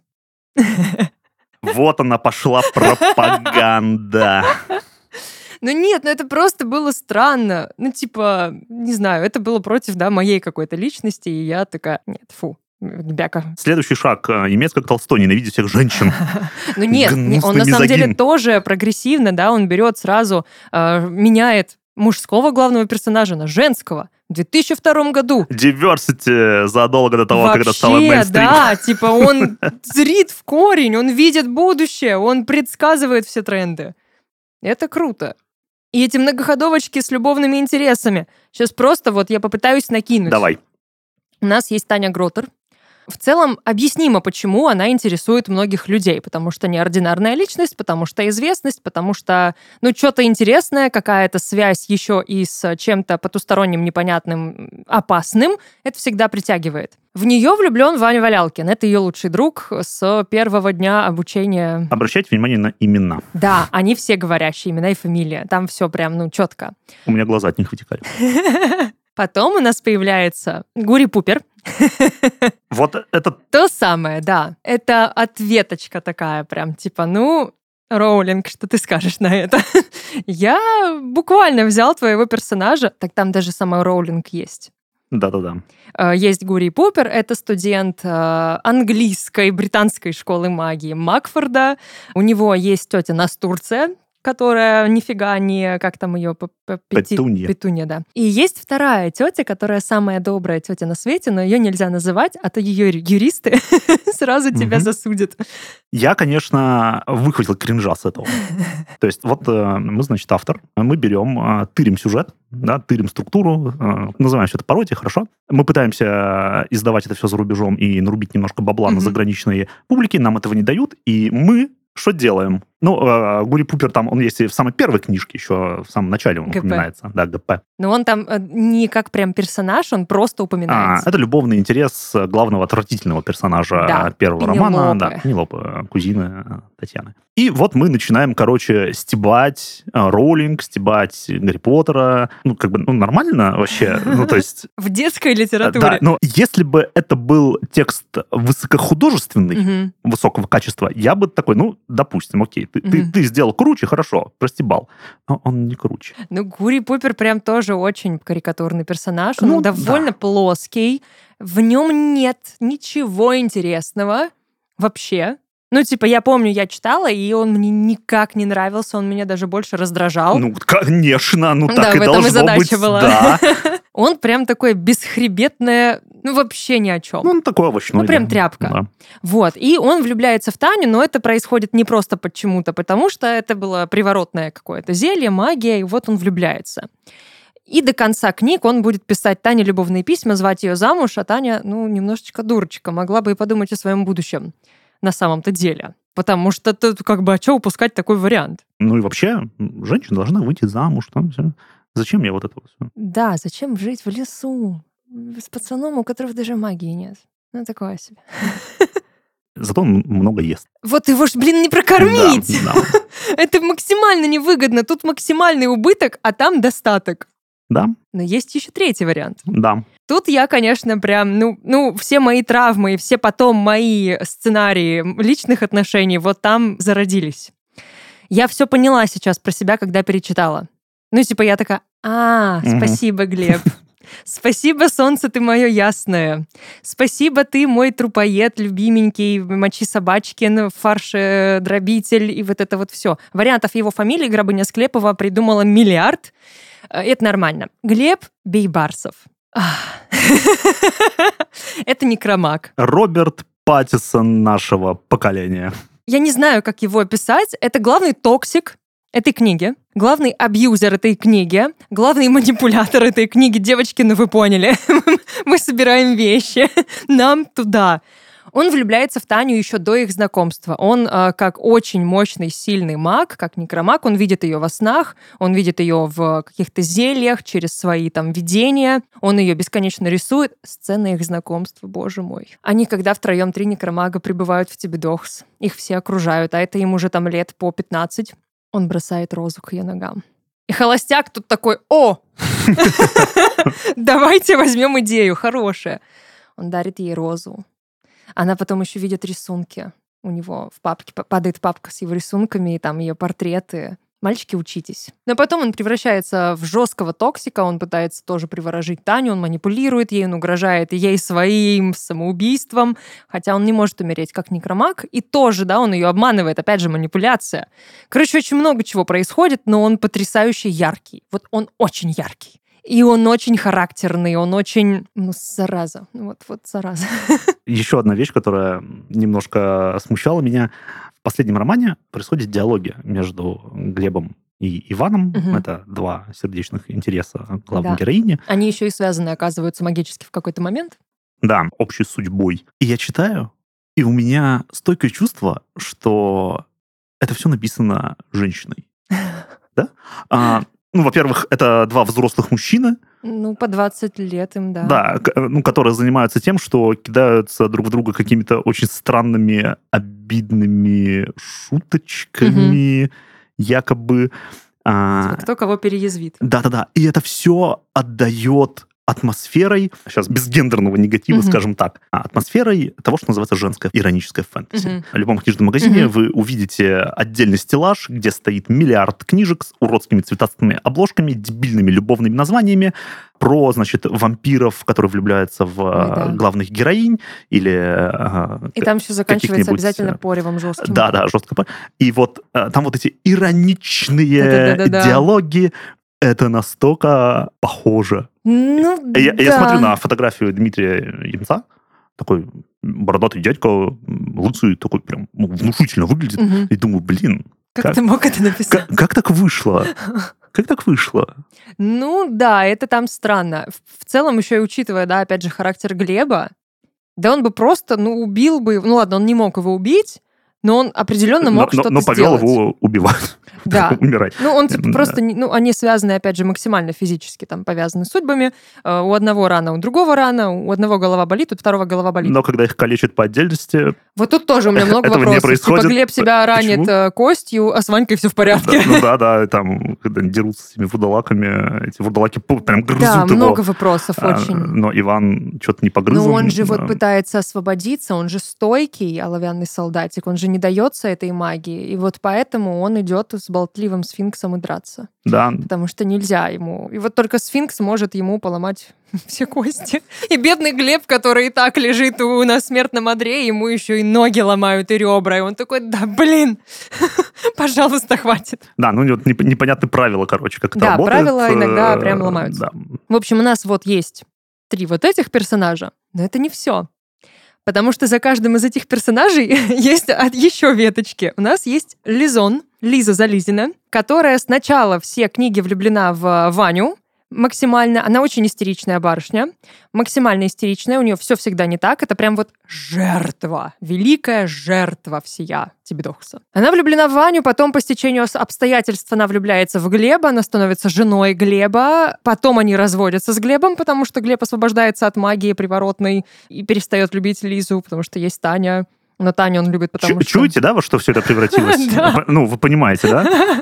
Вот она пошла пропаганда. Ну нет, это просто было странно. Ну, типа, не знаю, это было против, моей какой-то личности, и я такая, нет, фу. Бяка. Следующий шаг. Емец как Толстой, ненавидит всех женщин. Ну нет, он на самом деле тоже прогрессивно, он берет сразу, меняет мужского главного персонажа на женского. В 2002 году. Diversity задолго до того, вообще, когда стало мейнстрим. Да, типа он зрит в корень, он видит будущее, он предсказывает все тренды. Это круто. И эти многоходовочки с любовными интересами. Сейчас просто вот я попытаюсь накинуть. Давай. У нас есть Таня Гротер. В целом объяснимо, почему она интересует многих людей, потому что неординарная личность, потому что известность, потому что, что-то интересное, какая-то связь еще и с чем-то потусторонним, непонятным, опасным, это всегда притягивает. В нее влюблен Ваня Валялкин. Это ее лучший друг с первого дня обучения. Обращайте внимание на имена. Да, они все говорящие, имена и фамилия. Там все прям, четко. У меня глаза от них вытекали. Потом у нас появляется Гури Пупер. Вот это... То самое, да. Это ответочка такая прям, типа, Роулинг, что ты скажешь на это? Я буквально взял твоего персонажа, так там даже сама Роулинг есть. Да. Есть Гури Пупер, это студент английской, британской школы магии Макфорда. У него есть тетя Настурция, которая нифига не, как там ее, Петунья, да. И есть вторая тетя, которая самая добрая тетя на свете, но ее нельзя называть, а то ее юристы сразу тебя засудят. Я, конечно, выхватил кринжа с этого. То есть вот мы, значит, автор, мы берем, тырим сюжет, тырим структуру, называем все это пародией, хорошо? Мы пытаемся издавать это все за рубежом и нарубить немножко бабла на заграничные публики, нам этого не дают, и мы что делаем? Гури Пупер там, он есть и в самой первой книжке, еще в самом начале он упоминается. Да, ГП. Но он там не как прям персонаж, он просто упоминается. Это любовный интерес главного отвратительного персонажа первого романа. Да, Пенелопы, кузины Татьяны. И вот мы начинаем, стебать Роулинг, стебать Гарри Поттера. Нормально вообще. То есть... В детской литературе. Да, но если бы это был текст высокохудожественный, высокого качества, я бы такой, допустим, окей, ты сделал круче, хорошо, простебал. Но он не круче. Гури Пупер прям тоже очень карикатурный персонаж. Он довольно плоский. В нем нет ничего интересного вообще. Я помню, я читала, и он мне никак не нравился, он меня даже больше раздражал. Конечно, так и должно быть. Да, в этом и задача была. Да. Он прям такой бесхребетное, вообще ни о чем. Он такой овощной. Прям тряпка. Да. Вот, и он влюбляется в Таню, но это происходит не просто почему-то, потому что это было приворотное какое-то зелье, магия, и вот он влюбляется. И до конца книг он будет писать Тане любовные письма, звать ее замуж, а Таня, немножечко дурочка, могла бы и подумать о своем будущем. На самом-то деле. Потому что тут а что упускать такой вариант? И вообще, женщина должна выйти замуж. Там все. Зачем я вот это все? Да, зачем жить в лесу с пацаном, у которого даже магии нет? Такое себе. Зато он много ест. Вот его ж, не прокормить! Да. Это максимально невыгодно. Тут максимальный убыток, а там достаток. Да. Но есть еще третий вариант. Да. Тут я, конечно, прям, все мои травмы и все потом мои сценарии личных отношений вот там зародились. Я все поняла сейчас про себя, когда перечитала. Я такая, спасибо, Глеб. Спасибо, солнце, ты мое ясное. Спасибо, ты мой трупоед, любименький, мочи собачкин, фарш-дробитель и вот это вот все. Вариантов его фамилии Грабыня Склепова придумала миллиард. Это нормально. Глеб Бейбарсов. Это некромаг. Роберт Паттинсон нашего поколения. Я не знаю, как его описать. Это главный токсик этой книги, главный абьюзер этой книги, главный манипулятор этой книги. Девочки, ну вы поняли, мы собираем вещи, нам туда. Он влюбляется в Таню еще до их знакомства. Он, как очень мощный, сильный маг, как некромаг, он видит ее во снах, он видит ее в каких-то зельях, через свои там видения. Он ее бесконечно рисует. Сцена их знакомства, боже мой. Они, когда втроем 3 некромага прибывают в Тебедохс, их все окружают, а это им уже там лет по 15. Он бросает розу к ее ногам. И холостяк тут такой: о! Давайте возьмем идею, хорошая. Он дарит ей розу. Она потом еще видит рисунки. У него в папке падает папка с его рисунками, и там ее портреты. Мальчики, учитесь. Но потом он превращается в жесткого токсика, он пытается тоже приворожить Таню, он манипулирует ей, он угрожает ей своим самоубийством, хотя он не может умереть как некромаг, и тоже, да, он ее обманывает, опять же, манипуляция. Короче, очень много чего происходит, но он потрясающе яркий. Вот он очень яркий. И он очень характерный, он очень... Ну, зараза. Вот зараза. Еще одна вещь, которая немножко смущала меня. В последнем романе происходит диалоги между Глебом и Иваном. Угу. Это 2 сердечных интереса главной героини. Они еще и связаны, оказываются, магически в какой-то момент. Да, общей судьбой. И я читаю, и у меня стойкое чувство, что это все написано женщиной. Да? Ну, во-первых, это 2 взрослых мужчины. Ну, по 20 лет им, да. Да, ну, которые занимаются тем, что кидаются друг в друга какими-то очень странными, обидными шуточками, якобы. Кто кого переязвит. Да-да-да. И это все отдает атмосферой, сейчас без гендерного негатива, скажем так, атмосферой того, что называется женское ироническое фэнтези. В любом книжном магазине вы увидите отдельный стеллаж, где стоит миллиард книжек с уродскими цветастыми обложками, дебильными любовными названиями, про, значит, вампиров, которые влюбляются в главных героинь, или... И там все заканчивается обязательно поревом жестким. Да, жестко. И вот там вот эти ироничные диалоги, это настолько похоже. Ну, я смотрю на фотографию Дмитрия Ямца, такой бородатый дядька, лысый, такой прям внушительно выглядит, и думаю, блин... Как ты мог это написать? Как так вышло? Как так вышло? Ну, да, это там странно. В целом, еще и учитывая, да, опять же, характер Глеба, да он бы просто, убил бы... Ну, ладно, он не мог его убить, но он определенно мог что-то сделать. Но повел его убивать. Да. Умирать. Ну, он типа просто... они связаны, опять же, максимально физически, там, повязаны судьбами. У одного рана, у другого рана, у одного голова болит, у второго голова болит. Но когда их калечат по отдельности... Вот тут тоже у меня много вопросов. Не происходит. Типа Глеб себя ранит костью, а с Ванькой все в порядке. Да, там, когда они дерутся с этими вурдалаками, эти вурдалаки прям грызут его. Да, много вопросов очень. Но Иван что-то не погрызан. Но он же вот пытается освободиться, он же стойкий, оловянный солдатик, он же не дается этой магии. И вот поэтому он идет с болтливым сфинксом и драться. Да. Потому что нельзя ему. И вот только сфинкс может ему поломать все кости. И бедный Глеб, который и так лежит на смертном одре, ему еще и ноги ломают, и ребра. И он такой, да блин, пожалуйста, хватит. Да, вот непонятные правила, короче, как это работает. Да, работает. правила иногда прям ломаются. Да. В общем, у нас вот есть 3 вот этих персонажа, но это не все. Потому что за каждым из этих персонажей есть еще веточки. У нас есть Лизон, Лиза Зализина, которая сначала все книги влюблена в Ваню, максимально. Она очень истеричная барышня, максимально истеричная, у нее все всегда не так. Это прям вот жертва, великая жертва всея Тебедохса. Она влюблена в Ваню, потом по стечению обстоятельств она влюбляется в Глеба, она становится женой Глеба, потом они разводятся с Глебом, потому что Глеб освобождается от магии приворотной и перестает любить Лизу, потому что есть Таня. Но Таню он любит, потому что... Чуете, да, во что все это превратилось? Ну, вы понимаете, да?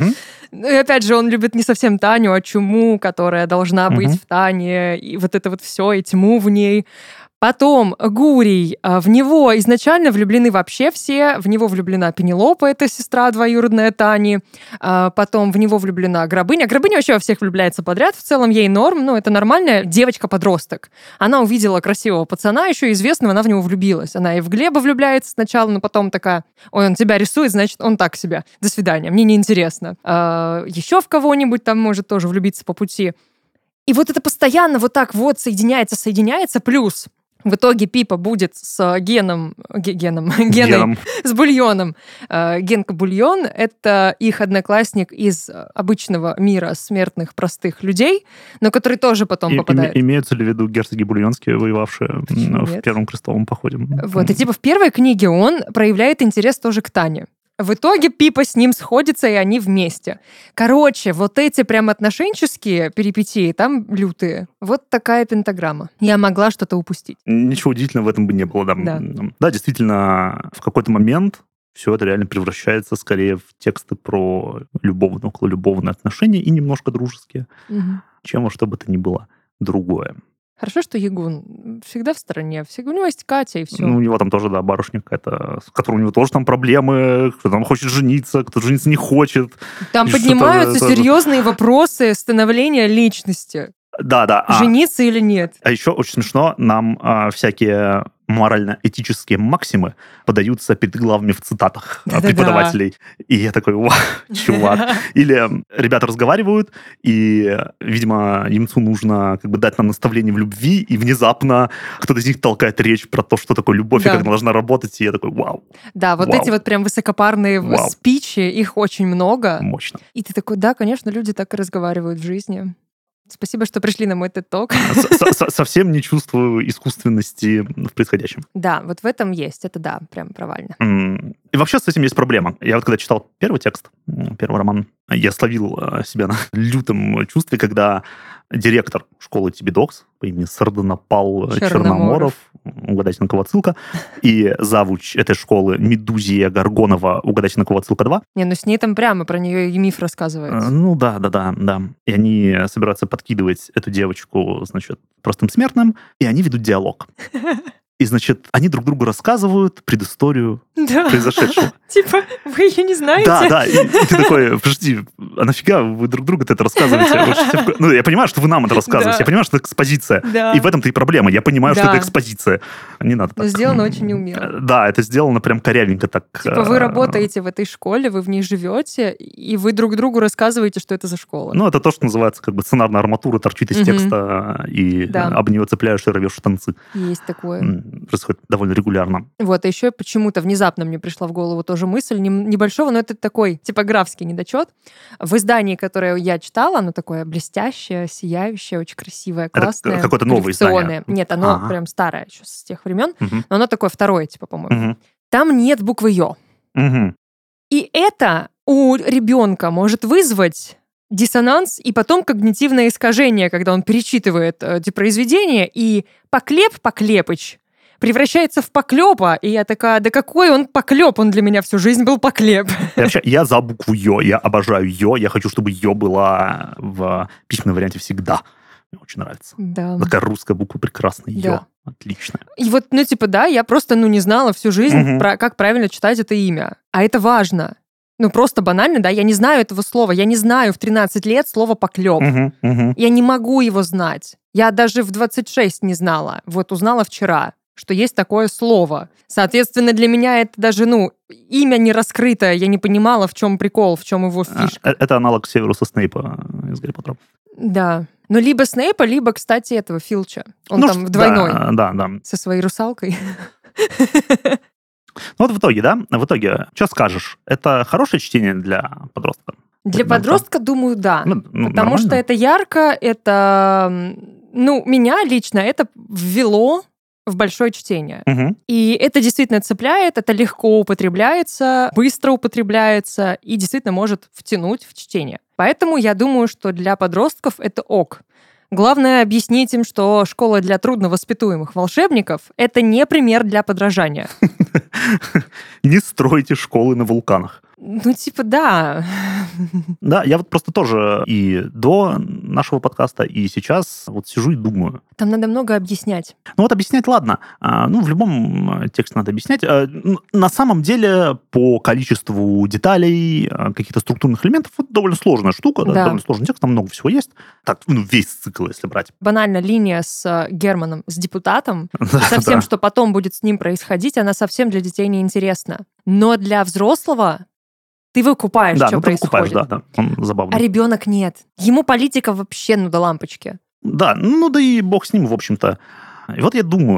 И опять же, он любит не совсем Таню, а чуму, которая должна быть в Тане, и вот это вот все, и тьму в ней. Потом Гурий, в него изначально влюблены вообще все, в него влюблена Пенелопа, это сестра двоюродная Тани, потом в него влюблена Грабыня. Грабыня вообще во всех влюбляется подряд, в целом ей норм, это нормальная девочка-подросток. Она увидела красивого пацана, еще известного, она в него влюбилась. Она и в Глеба влюбляется сначала, но потом такая, ой, он тебя рисует, значит, он так себе. До свидания, мне неинтересно. Еще в кого-нибудь там может тоже влюбиться по пути. И вот это постоянно вот так вот соединяется, плюс В итоге Пипа будет с Геной, с Бульоном. Генка Бульон — это их одноклассник из обычного мира смертных простых людей, но который тоже потом попадает. Имеются ли в виду герцоги бульонские, воевавшие в Первом крестовом походе? Вот, и в первой книге он проявляет интерес тоже к Тане. В итоге Пипа с ним сходится, и они вместе. Короче, вот эти прям отношенческие перипетии там лютые. Вот такая пентаграмма. Я могла что-то упустить. Ничего удивительного в этом бы не было, да. Да, действительно, в какой-то момент все это реально превращается скорее в тексты про любовные, окололюбовные отношения и немножко дружеские, чем во что бы то ни было другое. Хорошо, что Ягун всегда в стороне. У него есть Катя, и все. Ну, у него там тоже, да, барышня какая-то, с которой у него тоже там проблемы, кто там хочет жениться, кто жениться не хочет. Там поднимаются серьезные вопросы становления личности. Да. Жениться или нет. А еще очень смешно, нам всякие морально-этические максимы подаются перед главами в цитатах преподавателей. И я такой, вау, чувак. Или ребята разговаривают, и, видимо, Ямцу нужно дать нам наставление в любви, и внезапно кто-то из них толкает речь про то, что такое любовь, и как она должна работать, и я такой, вау. Да, вот эти вот прям высокопарные спичи, их очень много. Мощно. И ты такой, да, конечно, люди так и разговаривают в жизни. Спасибо, что пришли на мой TED-ток. Совсем не чувствую искусственности в происходящем. Да, вот в этом есть. Это да, прям провально. И вообще с этим есть проблема. Я вот когда читал первый текст, первый роман, я словил себя на лютом чувстве, когда директор школы Тибидокс по имени Сардонапал Черноморов, угадайте, на кого отсылка, и завуч этой школы Медузия Горгонова, угадайте, на кого отсылка 2. Не, ну с ней там прямо про нее и миф рассказывается. Ну да. И они собираются подкидывать эту девочку, значит, простым смертным, и они ведут диалог. И, значит, они друг другу рассказывают предысторию произошедшего. Типа, вы ее не знаете? Да. И ты такой, подожди, а нафига вы друг другу это рассказываете? Ну, я понимаю, что вы нам это рассказываете. Я понимаю, что это экспозиция. И в этом-то и проблема. Я понимаю, что это экспозиция. Не надо так. Но сделано очень неумело. Да, это сделано прям корявенько так. Типа вы работаете в этой школе, вы в ней живете, и вы друг другу рассказываете, что это за школа. Ну, это то, что называется сценарная арматура, торчит из текста, и об нее цепляешь и рвешь штанцы. Есть такое. Происходит довольно регулярно. Вот, а еще почему-то внезапно мне пришла в голову тоже мысль небольшого, но это такой типографский недочет. В издании, которое я читала, оно такое блестящее, сияющее, очень красивое, классное. Это какое-то новое издание? Нет, оно прям старое еще с тех времен, но оно такое второе, по-моему. Там нет буквы «ё». И это у ребенка может вызвать диссонанс и потом когнитивное искажение, когда он перечитывает эти произведения, и Поклеп-Поклепыч превращается в Поклепа, и я такая, да какой он Поклеп, он для меня всю жизнь был Поклеп. Я за букву «ё», я обожаю «ё», я хочу, чтобы «ё» была в письменном варианте всегда. Мне очень нравится. Да. Такая русская буква прекрасная, «ё». Да. Отлично. И вот, я просто, не знала всю жизнь, как правильно читать это имя. А это важно. Просто банально, да, я не знаю этого слова. Я не знаю в 13 лет слово «поклёп». Я не могу его знать. Я даже в 26 не знала. Вот узнала вчера, что есть такое слово. Соответственно, для меня это даже, имя не раскрытое. Я не понимала, в чем прикол, в чем его фишка. Это аналог Северуса Снейпа из «Гарри Поттера». Да. Но либо Снейпа, либо, кстати, этого Филча. Он там двойной. Да. Со своей русалкой. Ну вот в итоге, что скажешь? Это хорошее чтение для подростка? Для подростка, думаю, да. Потому нормально. что это ярко, это... меня лично это ввело в большое чтение. И это действительно цепляет, это легко употребляется, быстро употребляется и действительно может втянуть в чтение. Поэтому я думаю, что для подростков это ок. Главное объяснить им, что школа для трудновоспитуемых волшебников — это не пример для подражания. Не стройте школы на вулканах. Да. Да, я вот просто тоже и до нашего подкаста, и сейчас вот сижу и думаю. Там надо много объяснять. Объяснять, ладно. В любом тексте надо объяснять. На самом деле, по количеству деталей, каких-то структурных элементов, это довольно сложная штука, да. Довольно сложный текст, там много всего есть. Так, весь цикл, если брать. Банально линия с Германом, с депутатом, со всем, что потом будет с ним происходить, она совсем для детей не интересна. Но для взрослого ты выкупаешь, что происходит. Да, он забавный. А ребенок нет. Ему политика вообще до лампочки. Да, да и бог с ним, в общем-то. И вот я думаю,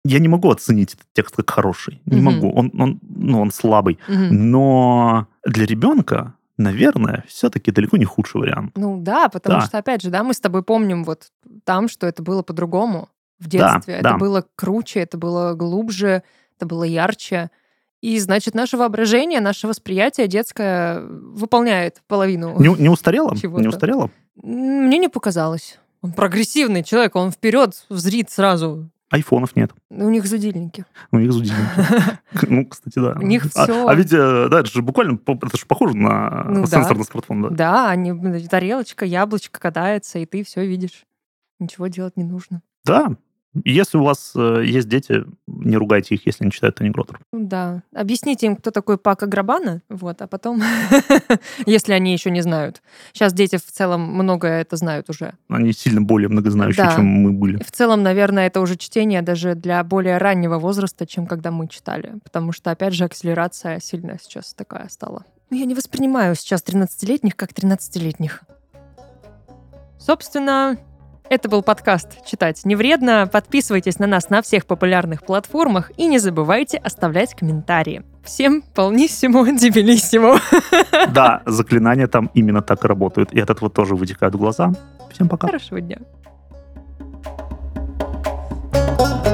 я не могу оценить этот текст как хороший. Не могу. Он слабый. Но для ребенка, наверное, все-таки далеко не худший вариант. Ну да, потому что, опять же, да, мы с тобой помним вот там, что это было по-другому в детстве. Это было круче, это было глубже, это было ярче. И, значит, наше воображение, наше восприятие детское выполняет половину. Не устарело? Не устарело? Мне не показалось. Он прогрессивный человек, он вперед взрит сразу. Айфонов нет. У них зудильники. Ну, кстати, да. У них все... А ведь, да, это же буквально, это же похоже на сенсорный смартфон, да? Да, тарелочка, яблочко катается, и ты все видишь. Ничего делать не нужно. Да. Если у вас есть дети, не ругайте их, если они читают Тони Гротер. Да. Объясните им, кто такой Пако Грабана, вот, а потом, если они еще не знают. Сейчас дети в целом многое это знают уже. Они сильно более многознающие, чем мы были. В целом, наверное, это уже чтение даже для более раннего возраста, чем когда мы читали. Потому что, опять же, акселерация сильно сейчас такая стала. Я не воспринимаю сейчас 13-летних как 13-летних. Собственно... Это был подкаст «Читать не вредно». Подписывайтесь на нас на всех популярных платформах и не забывайте оставлять комментарии. Всем полниссимо, дебилиссимо. Да, заклинания там именно так и работают. И от этого тоже вытекают глаза. Всем пока. Хорошего дня.